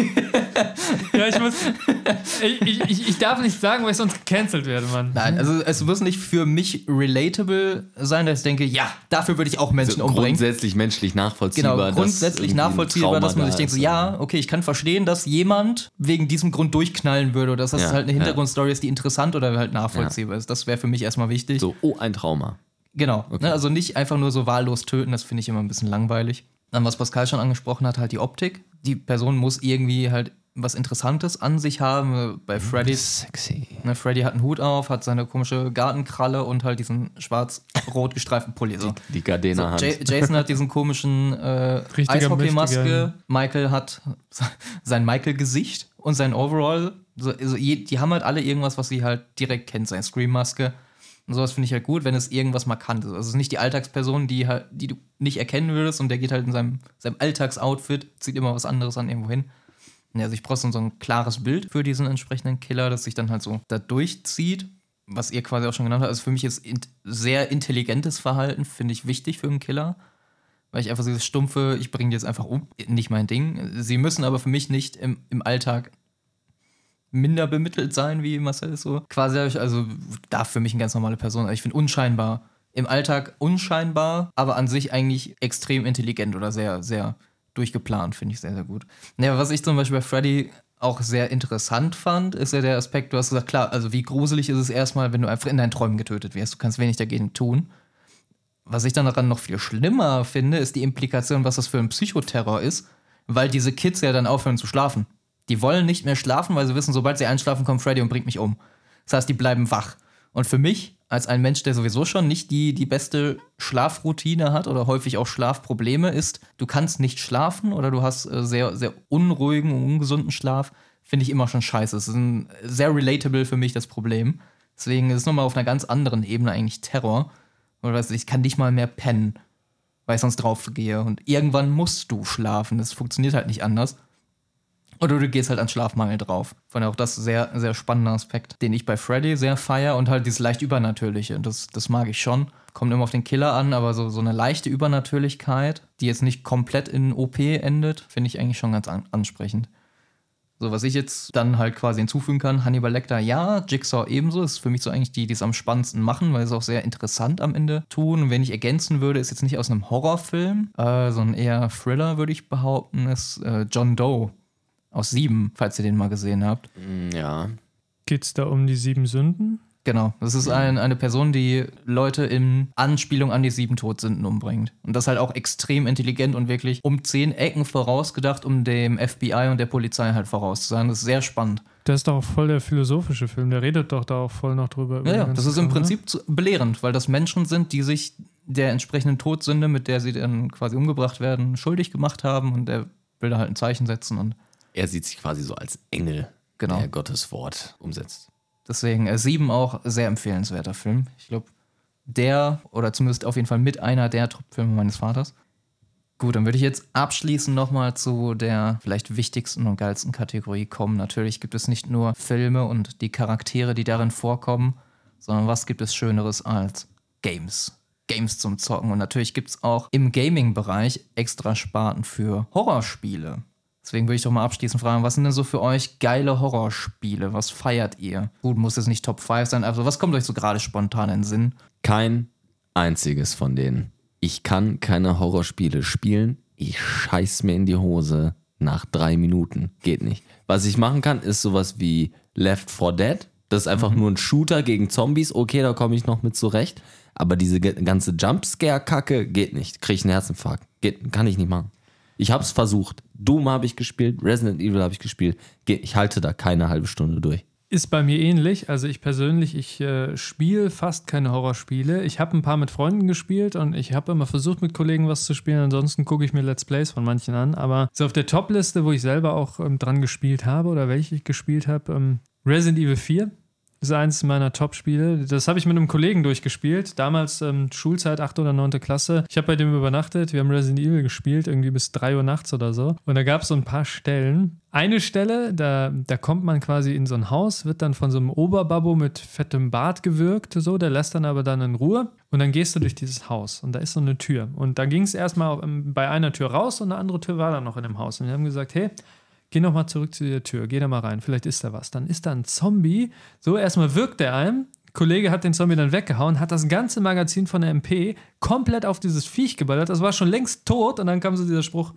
Ja, ich muss. Ich, ich, ich darf nicht sagen, weil ich sonst gecancelt werde, Mann. Nein, also es muss nicht für mich relatable sein, dass ich denke, ja, dafür würde ich auch Menschen so umbringen. Grundsätzlich menschlich nachvollziehbar. Genau, grundsätzlich nachvollziehbar, dass man sich denkt, so, ja, okay, ich kann verstehen, dass jemand wegen diesem Grund durchknallen würde oder dass das ja, halt eine Hintergrundstory ist, die interessant oder halt nachvollziehbar ja. ist. Das wäre für mich erstmal wichtig. So, oh, ein Trauma. Genau, okay. Ne, also nicht einfach nur so wahllos töten, das finde ich immer ein bisschen langweilig. Dann, was Pascal schon angesprochen hat, halt die Optik. Die Person muss irgendwie halt was Interessantes an sich haben. Bei Freddy. Sexy. Ne, Freddy hat einen Hut auf, hat seine komische Gartenkralle und halt diesen schwarz-rot gestreiften Pulli. So. Die, die Gardena-Hand. So, Jason hat diesen komischen äh, Eishockeymaske. Michael hat sein Michael-Gesicht und sein Overall. So, also je, die haben halt alle irgendwas, was sie halt direkt kennt. Seine Scream-Maske. Und sowas finde ich halt gut, wenn es irgendwas markant ist. Also es ist nicht die Alltagsperson, die halt, die du nicht erkennen würdest und der geht halt in seinem, seinem Alltagsoutfit, zieht immer was anderes an irgendwo hin. Ja, also ich brauche so ein klares Bild für diesen entsprechenden Killer, das sich dann halt so da durchzieht. Was ihr quasi auch schon genannt habt, also für mich ist in- sehr intelligentes Verhalten, finde ich wichtig für einen Killer. Weil ich einfach dieses stumpfe, ich bringe die jetzt einfach um, nicht mein Ding. Sie müssen aber für mich nicht im, im Alltag minder bemittelt sein, wie Marcel ist so. Quasi, also darf für mich eine ganz normale Person. Also ich finde unscheinbar. Im Alltag unscheinbar, aber an sich eigentlich extrem intelligent oder sehr, sehr durchgeplant, finde ich sehr, sehr gut. Ja, was ich zum Beispiel bei Freddy auch sehr interessant fand, ist ja der Aspekt, du hast gesagt, klar, also wie gruselig ist es erstmal, wenn du einfach in deinen Träumen getötet wirst. Du kannst wenig dagegen tun. Was ich dann daran noch viel schlimmer finde, ist die Implikation, was das für ein Psychoterror ist, weil diese Kids ja dann aufhören zu schlafen. Die wollen nicht mehr schlafen, weil sie wissen, sobald sie einschlafen, kommt Freddy und bringt mich um. Das heißt, die bleiben wach. Und für mich, als ein Mensch, der sowieso schon nicht die, die beste Schlafroutine hat oder häufig auch Schlafprobleme, ist, du kannst nicht schlafen oder du hast äh, sehr, sehr unruhigen und ungesunden Schlaf, finde ich immer schon scheiße. Es ist ein, sehr relatable für mich, das Problem. Deswegen ist es nochmal auf einer ganz anderen Ebene eigentlich Terror. Oder weißt du, ich kann nicht mal mehr pennen, weil ich sonst drauf gehe. Und irgendwann musst du schlafen. Das funktioniert halt nicht anders. Oder du gehst halt an Schlafmangel drauf. Von daher auch das sehr, sehr spannender Aspekt, den ich bei Freddy sehr feiere und halt dieses leicht Übernatürliche. Das, das mag ich schon. Kommt immer auf den Killer an, aber so, so eine leichte Übernatürlichkeit, die jetzt nicht komplett in O P endet, finde ich eigentlich schon ganz an- ansprechend. So, was ich jetzt dann halt quasi hinzufügen kann, Hannibal Lecter, ja, Jigsaw ebenso, ist für mich so eigentlich die, die es am spannendsten machen, weil sie es auch sehr interessant am Ende tun. Und wenn ich ergänzen würde, ist jetzt nicht aus einem Horrorfilm, äh, sondern eher Thriller, würde ich behaupten, ist äh, John Doe aus Sieben, falls ihr den mal gesehen habt. Ja. Geht's da um die sieben Sünden? Genau, das ist ein, eine Person, die Leute in Anspielung an die sieben Todsünden umbringt. Und das halt auch extrem intelligent und wirklich um zehn Ecken vorausgedacht, um dem F B I und der Polizei halt voraus zu sein. Das ist sehr spannend. Das ist doch auch voll der philosophische Film, der redet doch da auch voll noch drüber. Ja, ja, das ist im Prinzip zu, belehrend, weil das Menschen sind, die sich der entsprechenden Todsünde, mit der sie dann quasi umgebracht werden, schuldig gemacht haben und der will da halt ein Zeichen setzen und Er sieht sich quasi so als Engel, genau, der Gottes Wort umsetzt. Deswegen äh, Sieben auch sehr empfehlenswerter Film. Ich glaube, der, oder zumindest auf jeden Fall mit einer der Top-Filme meines Vaters. Gut, dann würde ich jetzt abschließend nochmal zu der vielleicht wichtigsten und geilsten Kategorie kommen. Natürlich gibt es nicht nur Filme und die Charaktere, die darin vorkommen, sondern was gibt es Schöneres als Games? Games zum Zocken. Und natürlich gibt es auch im Gaming-Bereich extra Sparten für Horrorspiele. Deswegen würde ich doch mal abschließend fragen, was sind denn so für euch geile Horrorspiele? Was feiert ihr? Gut, muss jetzt nicht Top fünf sein, also was kommt euch so gerade spontan in den Sinn? Kein einziges von denen. Ich kann keine Horrorspiele spielen. Ich scheiß mir in die Hose. nach drei Minuten. Geht nicht. Was ich machen kann, ist sowas wie Left four Dead. Das ist einfach mhm. nur ein Shooter gegen Zombies. Okay, da komme ich noch mit zurecht. Aber diese ganze Jumpscare-Kacke geht nicht. Kriege ich einen Herzinfarkt. Geht, kann ich nicht machen. Ich habe es versucht. Doom habe ich gespielt, Resident Evil habe ich gespielt. Geht, ich halte da keine halbe Stunde durch. Ist bei mir ähnlich. Also ich persönlich, ich äh, spiele fast keine Horrorspiele. Ich habe ein paar mit Freunden gespielt und ich habe immer versucht, mit Kollegen was zu spielen. Ansonsten gucke ich mir Let's Plays von manchen an. Aber so auf der Top-Liste, wo ich selber auch ähm, dran gespielt habe oder welche ich gespielt habe, ähm, Resident Evil vier ist eins meiner Top-Spiele. Das habe ich mit einem Kollegen durchgespielt. Damals ähm, Schulzeit, achte oder neunte Klasse. Ich habe bei dem übernachtet. Wir haben Resident Evil gespielt, irgendwie bis drei Uhr nachts oder so. Und da gab es so ein paar Stellen. Eine Stelle, da, da kommt man quasi in so ein Haus, wird dann von so einem Oberbabbo mit fettem Bart gewürgt, so, der lässt dann aber dann in Ruhe. Und dann gehst du durch dieses Haus und da ist so eine Tür. Und da ging es erstmal bei einer Tür raus und eine andere Tür war dann noch in dem Haus. Und wir haben gesagt, hey, geh nochmal zurück zu der Tür, geh da mal rein, vielleicht ist da was. Dann ist da ein Zombie, so erstmal wirkt der einem, ein Kollege hat den Zombie dann weggehauen, hat das ganze Magazin von der M P komplett auf dieses Viech geballert, das war schon längst tot und dann kam so dieser Spruch,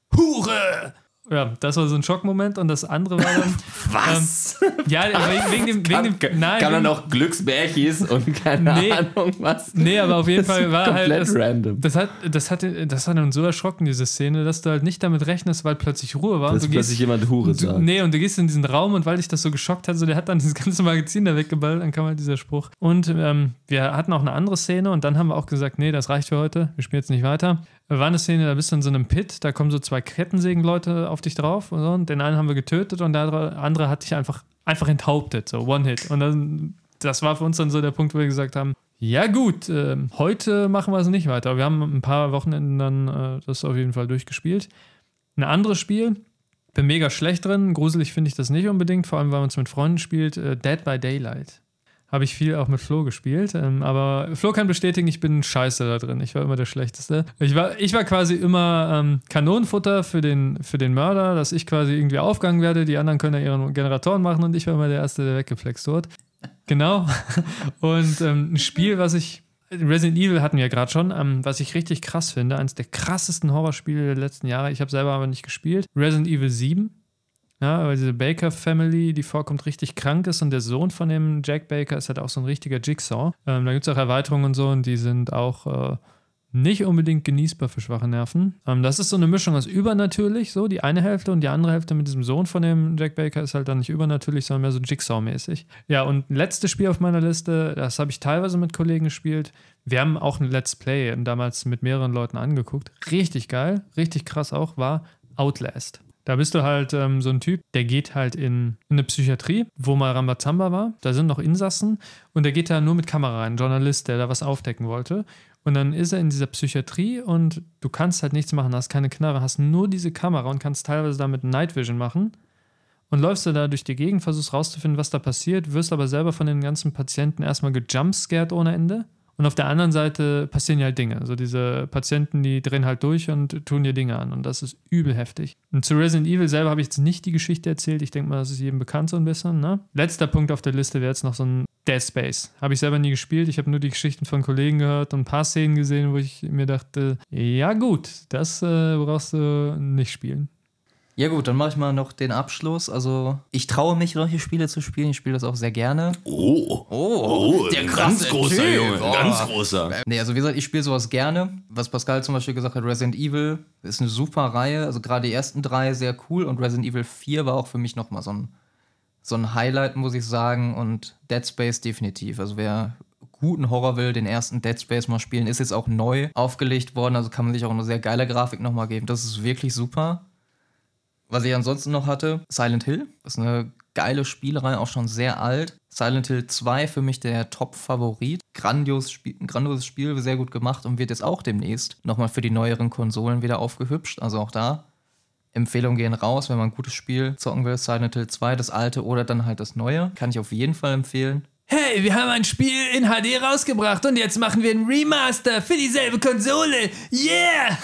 Hure! Ja, das war so ein Schockmoment und das andere war dann... Was? Ähm, ja, wegen dem... Wegen kann dem nein, kann wegen, er noch Glücksbärchis und keine nee, Ahnung was? Nee, aber auf jeden Fall war komplett halt... Das, random. Das hat, das, hat, das hat uns so erschrocken, diese Szene, dass du halt nicht damit rechnest, weil plötzlich Ruhe war. Dass und du plötzlich gehst, jemand Hure sagt. Du, nee, und du gehst in diesen Raum und weil dich das so geschockt hat, so der hat dann dieses ganze Magazin da weggeballt, dann kam halt dieser Spruch. Und ähm, wir hatten auch eine andere Szene und dann haben wir auch gesagt, nee, das reicht für heute, wir spielen jetzt nicht weiter. War eine Szene, da bist du in so einem Pit, da kommen so zwei Kettensägenleute auf dich drauf und, so, und den einen haben wir getötet und der andere hat dich einfach, einfach enthauptet, so One-Hit. Und dann, das war für uns dann so der Punkt, wo wir gesagt haben, ja gut, äh, heute machen wir es nicht weiter. Wir haben ein paar Wochenenden dann äh, das auf jeden Fall durchgespielt. Ein anderes Spiel, bin mega schlecht drin, gruselig finde ich das nicht unbedingt, vor allem, weil man es mit Freunden spielt, äh, Dead by Daylight. Habe ich viel auch mit Flo gespielt. Ähm, aber Flo kann bestätigen, ich bin scheiße da drin. Ich war immer der Schlechteste. Ich war, ich war quasi immer ähm, Kanonenfutter für den, für den Mörder, dass ich quasi irgendwie aufgegangen werde. Die anderen können ja ihren Generatoren machen und ich war immer der Erste, der weggeflext wird. Genau. Und ähm, ein Spiel, was ich... Resident Evil hatten wir ja gerade schon, ähm, was ich richtig krass finde. Eines der krassesten Horrorspiele der letzten Jahre. Ich habe selber aber nicht gespielt. Resident Evil sieben. Ja, weil diese Baker-Family, die vorkommt, richtig krank ist und der Sohn von dem Jack Baker ist halt auch so ein richtiger Jigsaw. Ähm, da gibt es auch Erweiterungen und so und die sind auch äh, nicht unbedingt genießbar für schwache Nerven. Ähm, das ist so eine Mischung aus übernatürlich, so die eine Hälfte und die andere Hälfte mit diesem Sohn von dem Jack Baker ist halt dann nicht übernatürlich, sondern mehr so Jigsaw-mäßig. Ja, und letztes Spiel auf meiner Liste, das habe ich teilweise mit Kollegen gespielt. Wir haben auch ein Let's Play damals mit mehreren Leuten angeguckt. Richtig geil, richtig krass auch, war Outlast. Da bist du halt ähm, so ein Typ, der geht halt in, in eine Psychiatrie, wo mal Rambazamba war. Da sind noch Insassen und der geht da nur mit Kamera rein, ein Journalist, der da was aufdecken wollte. Und dann ist er in dieser Psychiatrie und du kannst halt nichts machen, hast keine Knarre, hast nur diese Kamera und kannst teilweise damit Night Vision machen. Und läufst du da durch die Gegend, versuchst rauszufinden, was da passiert, wirst aber selber von den ganzen Patienten erstmal gejumpscared ohne Ende. Und auf der anderen Seite passieren ja halt Dinge. Also diese Patienten, die drehen halt durch und tun dir Dinge an. Und das ist übel heftig. Und zu Resident Evil selber habe ich jetzt nicht die Geschichte erzählt. Ich denke mal, das ist jedem bekannt so ein bisschen. Ne? Letzter Punkt auf der Liste wäre jetzt noch so ein Dead Space. Habe ich selber nie gespielt. Ich habe nur die Geschichten von Kollegen gehört und ein paar Szenen gesehen, wo ich mir dachte, ja gut, das äh, brauchst du nicht spielen. Ja gut, dann mache ich mal noch den Abschluss. Also ich traue mich, solche Spiele zu spielen. Ich spiele das auch sehr gerne. Oh, oh, der ganz großer typ. Junge, oh. ganz großer. Nee, also wie gesagt, ich spiele sowas gerne. Was Pascal zum Beispiel gesagt hat, Resident Evil ist eine super Reihe. Also gerade die ersten drei sehr cool und Resident Evil vier war auch für mich nochmal so ein, so ein Highlight, muss ich sagen. Und Dead Space definitiv. Also wer guten Horror will, den ersten Dead Space mal spielen, ist jetzt auch neu aufgelegt worden. Also kann man sich auch eine sehr geile Grafik nochmal geben. Das ist wirklich super. Was ich ansonsten noch hatte, Silent Hill. Das ist eine geile Spielreihe, auch schon sehr alt. Silent Hill zwei für mich der Top-Favorit. Grandios Spiel, ein grandioses Spiel, sehr gut gemacht und wird jetzt auch demnächst nochmal für die neueren Konsolen wieder aufgehübscht. Also auch da Empfehlungen gehen raus, wenn man ein gutes Spiel zocken will. Silent Hill zwei, das alte oder dann halt das neue. Kann ich auf jeden Fall empfehlen. Hey, wir haben ein Spiel in H D rausgebracht und jetzt machen wir ein Remaster für dieselbe Konsole. Yeah!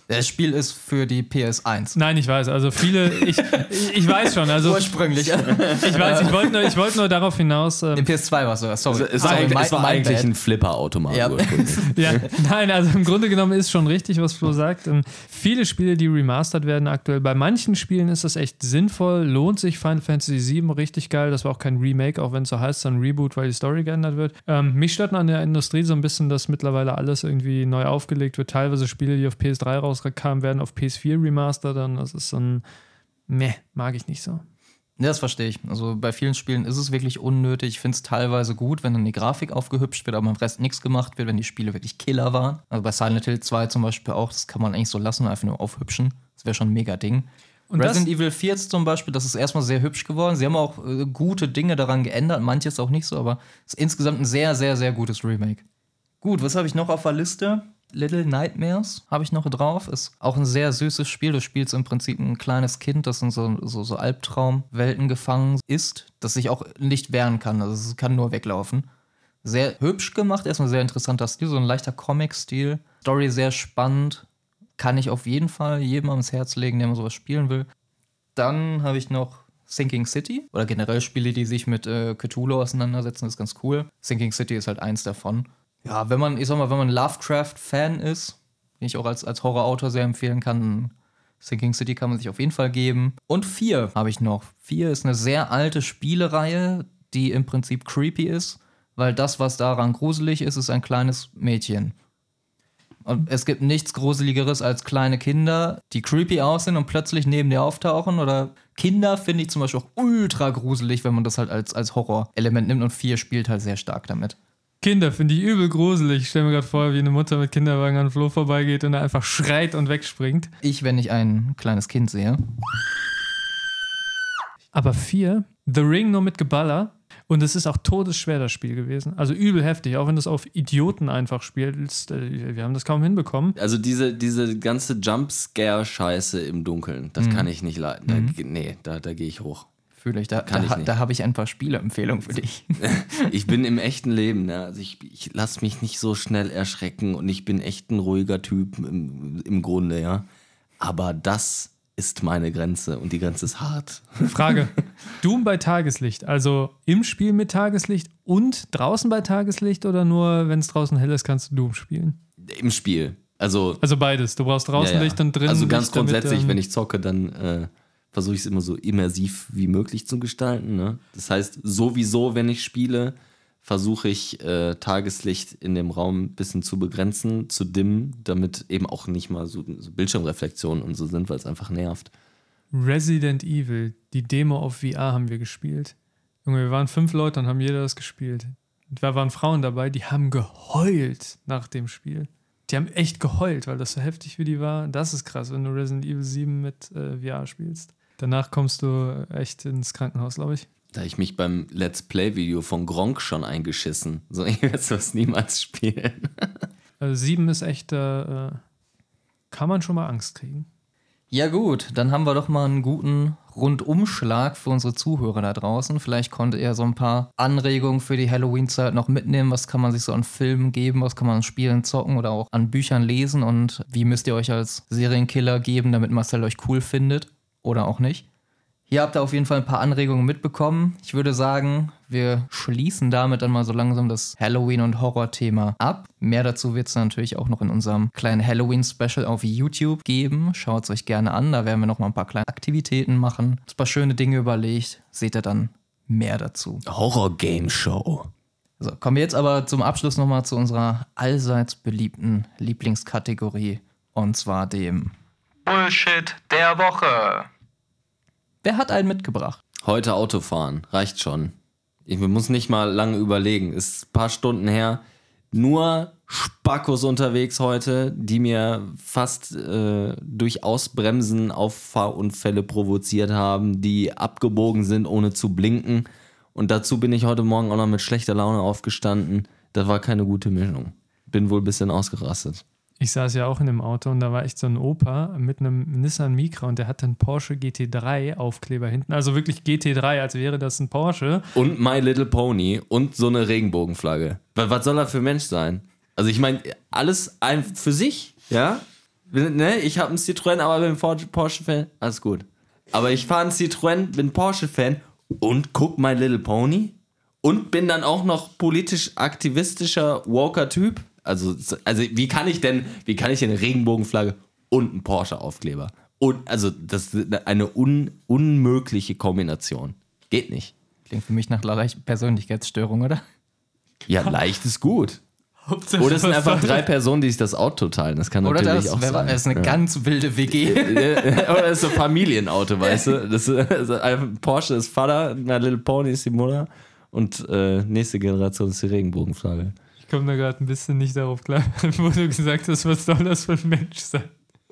Das Spiel ist für die P S eins. Nein, ich weiß. Also viele, ich, ich weiß schon. Also Ursprünglich. Ich weiß, ich wollte nur, wollt nur darauf hinaus. Ähm, Die P S zwei war so, sorry. Es, es, Sorry, war, eigentlich, my- es war my eigentlich bad. ein Flipper-Automat. Ja. ursprünglich. ja, nein, also im Grunde genommen ist schon richtig, was Flo sagt. Ähm, viele Spiele, die remastert werden aktuell, bei manchen Spielen ist das echt sinnvoll, lohnt sich. Final Fantasy sieben, richtig geil. Das war auch kein Remake, auch wenn es so heißt, sondern Reboot, weil die Story geändert wird. Ähm, mich stört an der Industrie so ein bisschen, dass mittlerweile alles irgendwie neu aufgelegt wird. Teilweise Spiele, die auf P S drei rauskamen, werden auf P S vier remastert. Dann das ist so ein meh, mag ich nicht so. Ja, das verstehe ich. Also bei vielen Spielen ist es wirklich unnötig. Ich finde es teilweise gut, wenn dann die Grafik aufgehübscht wird, aber im Rest nichts gemacht wird, wenn die Spiele wirklich Killer waren. Also bei Silent Hill zwei zum Beispiel auch, das kann man eigentlich so lassen, einfach nur aufhübschen. Das wäre schon ein mega Ding. Und Resident das- Evil vier jetzt zum Beispiel, das ist erstmal sehr hübsch geworden. Sie haben auch äh, gute Dinge daran geändert, manches auch nicht so, aber es ist insgesamt ein sehr, sehr, sehr gutes Remake. Gut, was habe ich noch auf der Liste? Little Nightmares habe ich noch drauf. Ist auch ein sehr süßes Spiel. Du spielst im Prinzip ein kleines Kind, das in so, so, so Albtraumwelten gefangen ist, das sich auch nicht wehren kann. Also es kann nur weglaufen. Sehr hübsch gemacht, erstmal sehr interessanter Stil, so ein leichter Comic-Stil. Story sehr spannend. Kann ich auf jeden Fall jedem ans Herz legen, der mal sowas spielen will. Dann habe ich noch Sinking City oder generell Spiele, die sich mit äh, Cthulhu auseinandersetzen, ist ganz cool. Sinking City ist halt eins davon. Ja, wenn man, ich sag mal, wenn man Lovecraft-Fan ist, den ich auch als, als Horrorautor sehr empfehlen kann, Sinking City kann man sich auf jeden Fall geben. Und vier habe ich noch. Vier ist eine sehr alte Spielereihe, die im Prinzip creepy ist, weil das, was daran gruselig ist, ist ein kleines Mädchen. Und es gibt nichts Gruseligeres als kleine Kinder, die creepy aussehen und plötzlich neben dir auftauchen. Oder Kinder finde ich zum Beispiel auch ultra gruselig, wenn man das halt als, als Horrorelement nimmt. Und vier spielt halt sehr stark damit. Kinder finde ich übel gruselig. Ich stelle mir gerade vor, wie eine Mutter mit Kinderwagen an Flo vorbeigeht und er einfach schreit und wegspringt. Ich, wenn ich ein kleines Kind sehe. Aber vier, The Ring nur mit Geballer. Und es ist auch todesschwer, das Spiel gewesen. Also übel heftig, auch wenn du es auf Idioten einfach spielst. Wir haben das kaum hinbekommen. Also diese, diese ganze Jumpscare-Scheiße im Dunkeln, das kann ich nicht leiden. Da, ge- nee, da, da gehe ich hoch. Fühle ich. Da, Kann da, ich ha- nicht. da habe ich ein paar Spieleempfehlungen für dich. Ich bin im echten Leben, ne? Also ich, ich lasse mich nicht so schnell erschrecken und ich bin echt ein ruhiger Typ im, im Grunde, ja. Aber das ist meine Grenze und die Grenze ist hart. Frage: Doom bei Tageslicht, also im Spiel mit Tageslicht und draußen bei Tageslicht oder nur, wenn es draußen hell ist, kannst du Doom spielen? Im Spiel. Also, Also beides. Du brauchst draußen ja, ja. Licht und drinnen Also ganz Licht, damit, grundsätzlich, ähm, wenn ich zocke, dann äh, versuche ich es immer so immersiv wie möglich zu gestalten. Ne? Das heißt, sowieso, wenn ich spiele, versuche ich äh, Tageslicht in dem Raum ein bisschen zu begrenzen, zu dimmen, damit eben auch nicht mal so, so Bildschirmreflexionen und so sind, weil es einfach nervt. Resident Evil, die Demo auf V R haben wir gespielt. Junge, wir waren fünf Leute und haben jeder das gespielt. Da waren Frauen dabei, die haben geheult nach dem Spiel. Die haben echt geheult, weil das so heftig wie die war. Das ist krass, wenn du Resident Evil sieben mit äh, V R spielst. Danach kommst du echt ins Krankenhaus, glaube ich. Da habe ich mich beim Let's Play-Video von Gronk schon eingeschissen. So, ich werde sowas niemals spielen. Also sieben ist echt, äh, kann man schon mal Angst kriegen. Ja gut, dann haben wir doch mal einen guten Rundumschlag für unsere Zuhörer da draußen. Vielleicht konntet ihr so ein paar Anregungen für die Halloween-Zeit noch mitnehmen. Was kann man sich so an Filmen geben? Was kann man an Spielen zocken oder auch an Büchern lesen? Und wie müsst ihr euch als Serienkiller geben, damit Marcel euch cool findet? Oder auch nicht? Hier habt ihr auf jeden Fall ein paar Anregungen mitbekommen. Ich würde sagen, wir schließen damit dann mal so langsam das Halloween- und Horror-Thema ab. Mehr dazu wird es natürlich auch noch in unserem kleinen Halloween-Special auf YouTube geben. Schaut es euch gerne an, da werden wir noch mal ein paar kleine Aktivitäten machen. Ein paar schöne Dinge überlegt. Seht ihr dann mehr dazu. Horror-Game-Show. So, kommen wir jetzt aber zum Abschluss noch mal zu unserer allseits beliebten Lieblingskategorie. Und zwar dem Bullshit der Woche. Wer hat einen mitgebracht? Heute Autofahren, reicht schon. Ich muss nicht mal lange überlegen. Ist ein paar Stunden her. Nur Spackos unterwegs heute, die mir fast äh, durch Ausbremsen Auffahrunfälle provoziert haben, die abgebogen sind, ohne zu blinken. Und dazu bin ich heute Morgen auch noch mit schlechter Laune aufgestanden. Das war keine gute Mischung. Bin wohl ein bisschen ausgerastet. Ich saß ja auch in dem Auto und da war echt so ein Opa mit einem Nissan Micra und der hatte einen Porsche G T drei Aufkleber hinten. Also wirklich G T drei, als wäre das ein Porsche. Und My Little Pony und so eine Regenbogenflagge. Was, was soll er für ein Mensch sein? Also ich meine, alles ein für sich, ja? Ne? Ich habe einen Citroën, aber bin Porsche-Fan. Alles gut. Aber ich fahre einen Citroën, bin Porsche-Fan und guck My Little Pony und bin dann auch noch politisch aktivistischer Woker-Typ. Also, also wie kann ich denn, wie kann ich denn eine Regenbogenflagge und einen Porsche-Aufkleber? Und also das ist eine un, unmögliche Kombination. Geht nicht. Klingt für mich nach leicht Persönlichkeitsstörung, oder? Ja, leicht ist gut. Hauptsache, Oder es sind was einfach soll drei das? Personen, die sich das Auto teilen. Das kann Oder natürlich das, auch wer, sein. das ist eine ja. ganz wilde W G. Oder das ist so ein Familienauto, weißt du? Das ist, also ein Porsche ist Vater, My Little Pony ist die Mutter und äh, nächste Generation ist die Regenbogenflagge. Ich komme da gerade ein bisschen nicht darauf klar, wo du gesagt hast, was soll das für ein Mensch sein?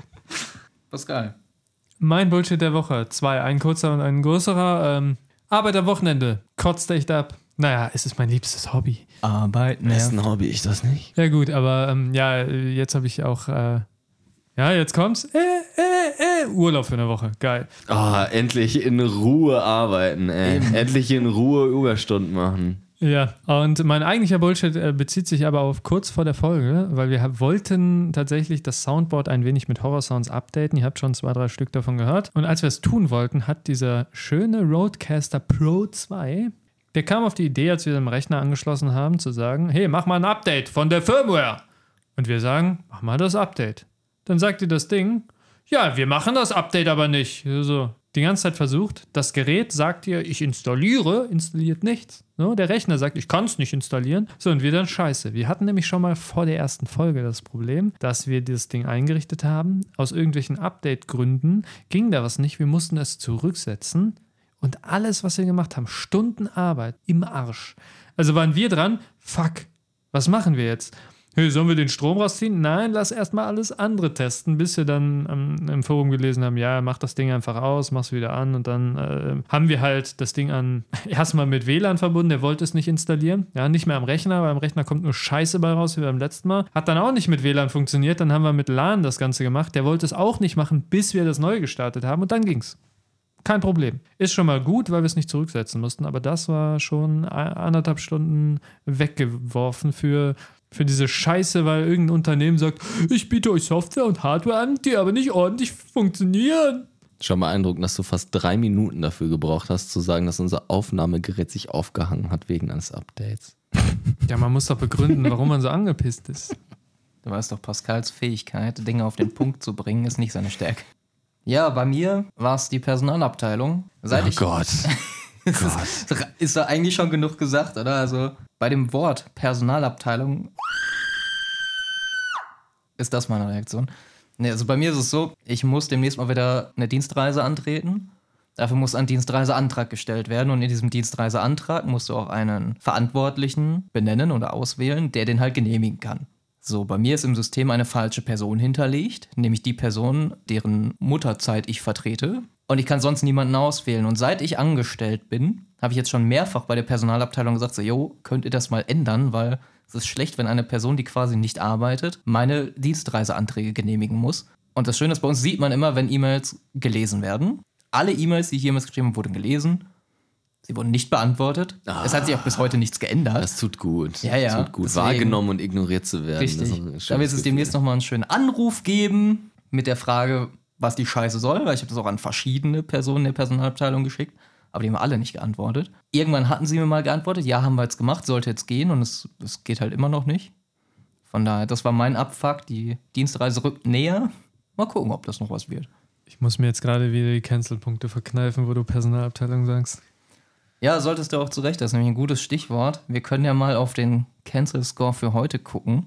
Pascal. Mein Bullshit der Woche. Zwei, ein kurzer und ein größerer. Ähm, Arbeit am Wochenende. Kotzt echt ab. Naja, es ist mein liebstes Hobby. Arbeiten. Das ist ein Hobby, ich das nicht. Ja gut, aber ähm, ja, jetzt habe ich auch, äh, ja, jetzt kommt's. Äh, äh, äh, Urlaub für eine Woche. Geil. Oh, endlich in Ruhe arbeiten, ey. Endlich in Ruhe Überstunden machen. Ja, und mein eigentlicher Bullshit äh, bezieht sich aber auf kurz vor der Folge, weil wir hab, wollten tatsächlich das Soundboard ein wenig mit Horror-Sounds updaten. Ihr habt schon zwei, drei Stück davon gehört. Und als wir es tun wollten, hat dieser schöne Rodecaster Pro zwei, der kam auf die Idee, als wir den Rechner angeschlossen haben, zu sagen, hey, mach mal ein Update von der Firmware. Und wir sagen, mach mal das Update. Dann sagt ihr das Ding, ja, wir machen das Update aber nicht. So, die ganze Zeit versucht, das Gerät sagt ihr, ich installiere, installiert nichts. So, der Rechner sagt, ich kann es nicht installieren. So, und wir dann scheiße. Wir hatten nämlich schon mal vor der ersten Folge das Problem, dass wir das Ding eingerichtet haben. Aus irgendwelchen Update-Gründen ging da was nicht. Wir mussten es zurücksetzen. Und alles, was wir gemacht haben, Stunden Arbeit im Arsch. Also waren wir dran, fuck, was machen wir jetzt? Hey, sollen wir den Strom rausziehen? Nein, lass erstmal alles andere testen, bis wir dann ähm, im Forum gelesen haben, ja, mach das Ding einfach aus, mach's wieder an und dann äh, haben wir halt das Ding an erstmal mit W L A N verbunden, der wollte es nicht installieren, ja, nicht mehr am Rechner, weil am Rechner kommt nur Scheiße bei raus, wie beim letzten Mal. Hat dann auch nicht mit W L A N funktioniert, dann haben wir mit L A N das Ganze gemacht, der wollte es auch nicht machen, bis wir das neu gestartet haben und dann ging's. Kein Problem. Ist schon mal gut, weil wir es nicht zurücksetzen mussten, aber das war schon anderthalb Stunden weggeworfen für, für diese Scheiße, weil irgendein Unternehmen sagt, ich biete euch Software und Hardware an, die aber nicht ordentlich funktionieren. Schon beeindruckend, dass du fast drei Minuten dafür gebraucht hast, zu sagen, dass unser Aufnahmegerät sich aufgehangen hat wegen eines Updates. Ja, man muss doch begründen, warum man so angepisst ist. Du weißt doch, Pascals Fähigkeit, Dinge auf den Punkt zu bringen, ist nicht seine Stärke. Ja, bei mir war es die Personalabteilung. Seit oh ich, Gott. ist, Gott. ist da eigentlich schon genug gesagt, oder? Also bei dem Wort Personalabteilung ist das meine Reaktion. Nee, also bei mir ist es so, ich muss demnächst mal wieder eine Dienstreise antreten. Dafür muss ein Dienstreiseantrag gestellt werden und in diesem Dienstreiseantrag musst du auch einen Verantwortlichen benennen oder auswählen, der den halt genehmigen kann. So, bei mir ist im System eine falsche Person hinterlegt, nämlich die Person, deren Mutterzeit ich vertrete. Und ich kann sonst niemanden auswählen. Und seit ich angestellt bin, habe ich jetzt schon mehrfach bei der Personalabteilung gesagt, so, jo, könnt ihr das mal ändern, weil es ist schlecht, wenn eine Person, die quasi nicht arbeitet, meine Dienstreiseanträge genehmigen muss. Und das Schöne ist, bei uns sieht man immer, wenn E-Mails gelesen werden. Alle E-Mails, die ich jemals geschrieben habe, wurden gelesen. Sie wurden nicht beantwortet. Ah, es hat sich auch bis heute nichts geändert. Das tut gut. Ja, ja. Das tut gut, Deswegen, wahrgenommen und ignoriert zu werden. Richtig. Da wird es Gefühl. demnächst nochmal einen schönen Anruf geben mit der Frage, was die Scheiße soll, weil ich habe das auch an verschiedene Personen der Personalabteilung geschickt, aber die haben alle nicht geantwortet. Irgendwann hatten sie mir mal geantwortet, ja, haben wir jetzt gemacht, sollte jetzt gehen und es, es geht halt immer noch nicht. Von daher, das war mein Abfuck, die Dienstreise rückt näher. Mal gucken, ob das noch was wird. Ich muss mir jetzt gerade wieder die Cancel-Punkte verkneifen, wo du Personalabteilung sagst. Ja, solltest du auch zurecht, das ist nämlich ein gutes Stichwort. Wir können ja mal auf den Cancel-Score für heute gucken.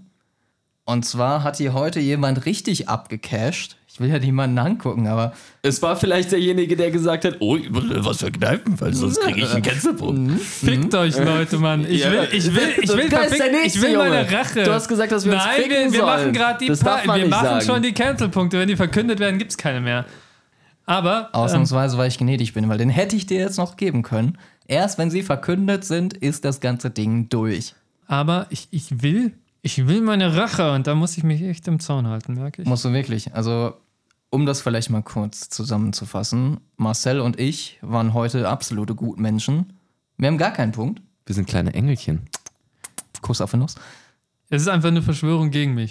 Und zwar hat hier heute jemand richtig abgecasht. Ich will ja niemanden angucken, aber... Es war vielleicht derjenige, der gesagt hat, oh, ich muss mir was verkneifen, weil sonst kriege ich einen Cancel-Punkt. Fickt euch, Leute, Mann. Ich will, ich will, ich will, Das ist der verfick- nächste, ich will meine Junge. Rache. Du hast gesagt, dass wir uns Nein, ficken wir, wir machen sollen. gerade die Das darf Pa- man Wir nicht machen sagen. schon die Cancel-Punkte. Wenn die verkündet werden, gibt es keine mehr. Aber... Ähm, Ausnahmsweise, weil ich gnädig bin, weil den hätte ich dir jetzt noch geben können. Erst wenn sie verkündet sind, ist das ganze Ding durch. aber ich, ich will... Ich will meine Rache und da muss ich mich echt im Zaun halten, merke ich. Musst du wirklich. Also, um das vielleicht mal kurz zusammenzufassen. Marcel und ich waren heute absolute Gutmenschen. Wir haben gar keinen Punkt. Wir sind kleine Engelchen. Kuss auf den Nuss. Es ist einfach eine Verschwörung gegen mich.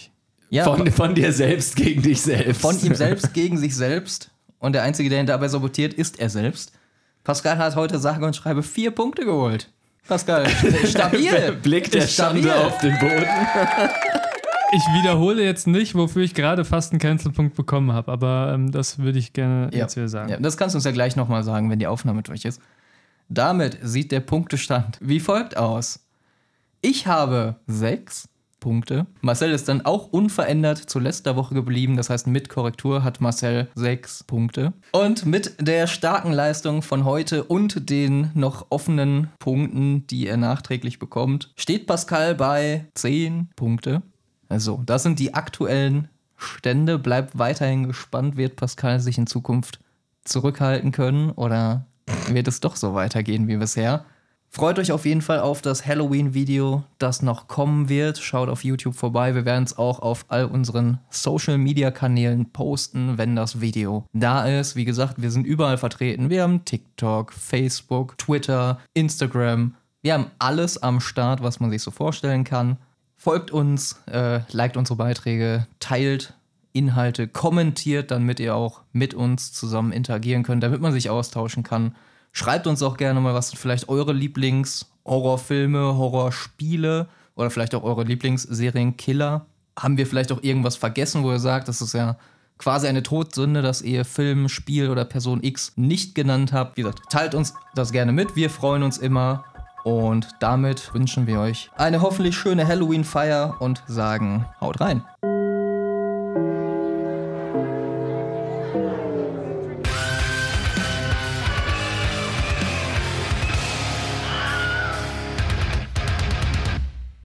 Ja, von, von dir selbst gegen dich selbst. Von ihm selbst gegen sich selbst. Und der Einzige, der ihn dabei sabotiert, ist er selbst. Pascal hat heute sage und schreibe vier Punkte geholt. Pascal, stabil. Blick der stabil. Schande auf den Boden. Ich wiederhole jetzt nicht, wofür ich gerade fast einen Cancel-Punkt bekommen habe, aber ähm, das würde ich gerne Ja. jetzt wieder sagen. Ja, das kannst du uns ja gleich nochmal sagen, wenn die Aufnahme durch ist. Damit sieht der Punktestand wie folgt aus. Ich habe sechs Punkte. Marcel ist dann auch unverändert zu letzter Woche geblieben. Das heißt, mit Korrektur hat Marcel sechs Punkte. Und mit der starken Leistung von heute und den noch offenen Punkten, die er nachträglich bekommt, steht Pascal bei zehn Punkte. Also, das sind die aktuellen Stände. Bleibt weiterhin gespannt, wird Pascal sich in Zukunft zurückhalten können oder wird es doch so weitergehen wie bisher? Freut euch auf jeden Fall auf das Halloween-Video, das noch kommen wird. Schaut auf YouTube vorbei. Wir werden es auch auf all unseren Social-Media-Kanälen posten, wenn das Video da ist. Wie gesagt, wir sind überall vertreten. Wir haben TikTok, Facebook, Twitter, Instagram. Wir haben alles am Start, was man sich so vorstellen kann. Folgt uns, äh, liked unsere Beiträge, teilt Inhalte, kommentiert, damit ihr auch mit uns zusammen interagieren könnt, damit man sich austauschen kann. Schreibt uns auch gerne mal, was sind vielleicht eure Lieblings-Horrorfilme, Horrorspiele oder vielleicht auch eure Lieblingsserienen-Killer. Haben wir vielleicht auch irgendwas vergessen, wo ihr sagt, das ist ja quasi eine Todsünde, dass ihr Film, Spiel oder Person X nicht genannt habt. Wie gesagt, teilt uns das gerne mit. Wir freuen uns immer. Und damit wünschen wir euch eine hoffentlich schöne Halloween-Feier und sagen, haut rein.